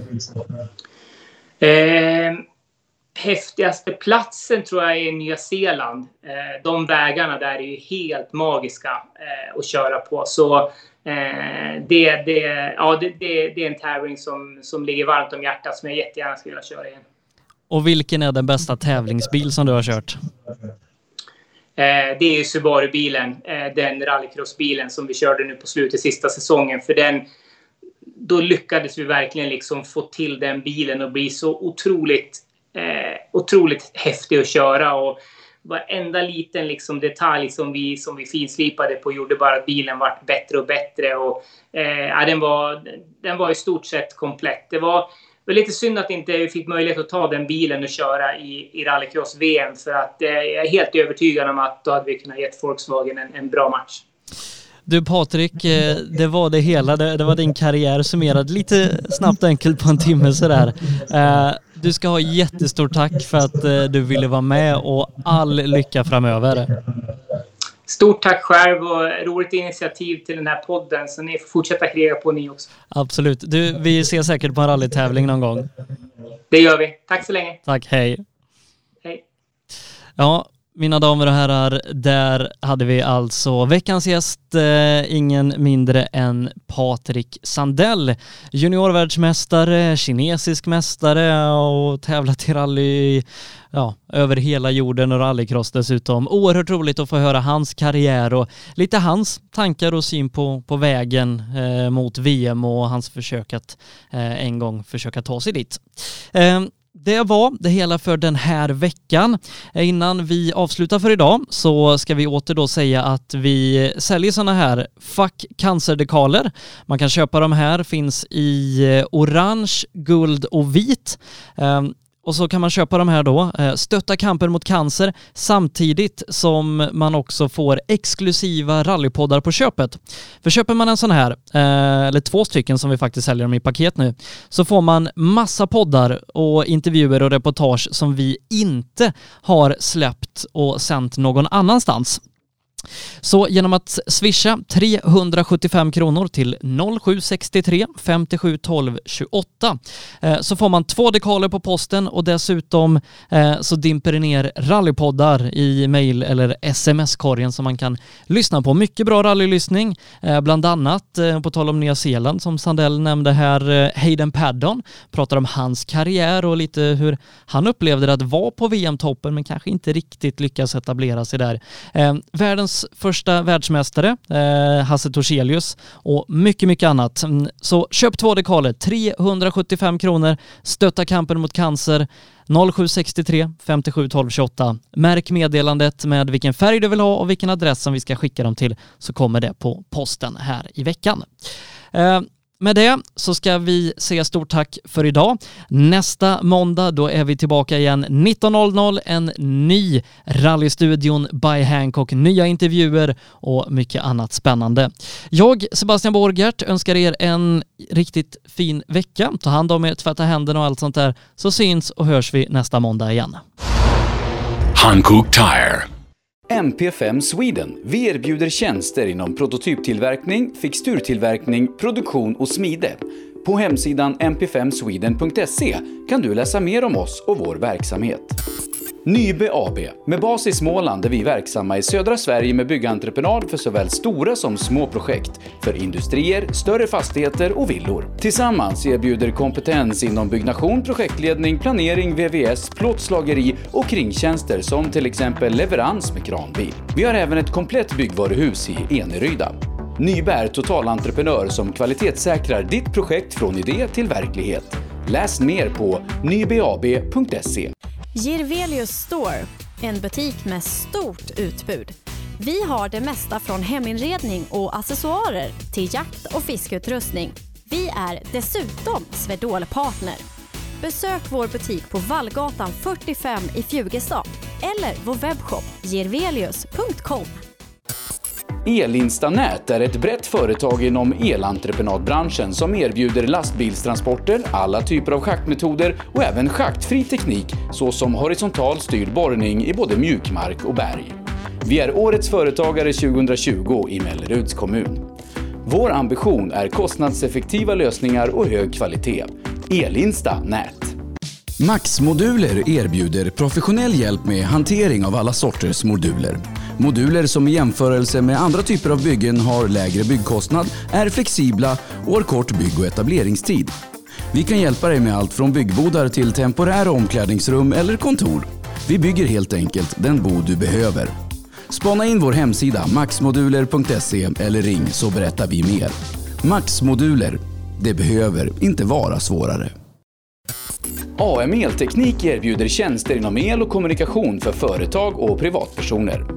Eh, häftigaste platsen tror jag är Nya Zeeland. Eh, de vägarna där är ju helt magiska eh, att köra på. Så eh, det, det, ja, det, det, det är en tävling som, som ligger varmt om hjärtat, som jag jättegärna skulle vilja köra igen. Och vilken är den bästa tävlingsbil som du har kört? Eh, det är ju Subaru-bilen, eh, den rallycross-bilen som vi körde nu på slutet sista säsongen. För den, då lyckades vi verkligen liksom få till den bilen och bli så otroligt, eh, otroligt häftig att köra. Och varenda liten liksom detalj som vi, som vi finslipade på gjorde bara att bilen var bättre och bättre. Och, eh, ja, den, var, den var i stort sett komplett. Det var, det var lite synd att inte vi fick möjlighet att ta den bilen och köra i, i rallycross-V M. För att eh, jag är helt övertygad om att då hade vi kunnat ge Volkswagen en, en bra match. Du Patrik, det var det hela, det, det var din karriär summerad lite snabbt och enkelt på en timme sådär. Du ska ha jättestort tack för att du ville vara med och all lycka framöver. Stort tack själv och roligt initiativ till den här podden, så ni får fortsätta kriga på ni också. Absolut. Du, vi ses säkert på en rallytävling någon gång. Det gör vi. Tack så länge. Tack, hej. Ja, mina damer och herrar, där hade vi alltså veckans gäst, eh, ingen mindre än Patrik Sandell, juniorvärldsmästare, kinesisk mästare och tävlat i rally ja, över hela jorden och rallycross dessutom. Oerhört roligt att få höra hans karriär och lite hans tankar och syn på, på vägen eh, mot V M och hans försök att eh, en gång försöka ta sig dit. Eh, Det var det hela för den här veckan. Innan vi avslutar för idag så ska vi åter då säga att vi säljer såna här Fuck Cancer-dekaler. Man kan köpa de här, finns i orange, guld och vit. Och så kan man köpa de här då, stötta kampen mot cancer, samtidigt som man också får exklusiva rallypoddar på köpet. För köper man en sån här, eller två stycken som vi faktiskt säljer dem i paket nu, så får man massa poddar och intervjuer och reportage som vi inte har släppt och sänt någon annanstans. Så genom att swisha trehundrasjuttiofem kronor till noll sju sex tre femtiosju tolv tjugoåtta eh, så får man två dekaler på posten och dessutom eh, så dimper det ner rallypoddar i mail eller sms-korgen som man kan lyssna på. Mycket bra rallylyssning, eh, bland annat eh, på tal om Nya Zeeland som Sandell nämnde här, eh, Hayden Paddon pratar om hans karriär och lite hur han upplevde det att vara på V M-toppen men kanske inte riktigt lyckas etablera sig där. Eh, världens första världsmästare, eh, Hasse Torselius och mycket, mycket annat. Så köp två dekaler, trehundrasjuttiofem kronor, stötta kampen mot cancer, noll sju sex tre femtiosju tolv tjugoåtta. Märk meddelandet med vilken färg du vill ha och vilken adress som vi ska skicka dem till, så kommer det på posten här i veckan. Eh, Med det så ska vi säga stort tack för idag. Nästa måndag då är vi tillbaka igen nitton noll noll. En ny rallystudion by Hancock, nya intervjuer och mycket annat spännande. Jag, Sebastian Borgert, önskar er en riktigt fin vecka. Ta hand om er, tvätta händerna och allt sånt där. Så syns och hörs vi nästa måndag igen. Hankook Tire. M P fem Sweden. Vi erbjuder tjänster inom prototyptillverkning, fixturtillverkning, produktion och smide. På hemsidan m p fem sweden punkt se kan du läsa mer om oss och vår verksamhet. Nybe A B. Med bas i Småland är vi verksamma i södra Sverige med byggentreprenad för såväl stora som små projekt, för industrier, större fastigheter och villor. Tillsammans erbjuder kompetens inom byggnation, projektledning, planering, V V S, plåtslageri och kringtjänster som till exempel leverans med kranbil. Vi har även ett komplett byggvaruhus i Eneryda. Nybe är totalentreprenör som kvalitetssäkrar ditt projekt från idé till verklighet. Läs mer på nybab punkt se. Girvelius Store, en butik med stort utbud. Vi har det mesta från heminredning och accessoarer till jakt- och fiskeutrustning. Vi är dessutom Swedol-partner. Besök vår butik på Vallgatan fyrtiofem i Fjugestad eller vår webbshop girvelius punkt com. Elinstanät är ett brett företag inom elentreprenadbranschen som erbjuder lastbilstransporter, alla typer av schaktmetoder och även schaktfri teknik såsom horisontal styrd borrning i både mjukmark och berg. Vi är årets företagare tjugohundratjugo i Melleruds kommun. Vår ambition är kostnadseffektiva lösningar och hög kvalitet. Elinstanät. Max-moduler erbjuder professionell hjälp med hantering av alla sorters moduler. Moduler som i jämförelse med andra typer av byggen har lägre byggkostnad, är flexibla och har kort bygg- och etableringstid. Vi kan hjälpa dig med allt från byggbodar till temporära omklädningsrum eller kontor. Vi bygger helt enkelt den bod du behöver. Spana in vår hemsida maxmoduler punkt se eller ring så berättar vi mer. Max-moduler. Det behöver inte vara svårare. A M Elteknik erbjuder tjänster inom el och kommunikation för företag och privatpersoner.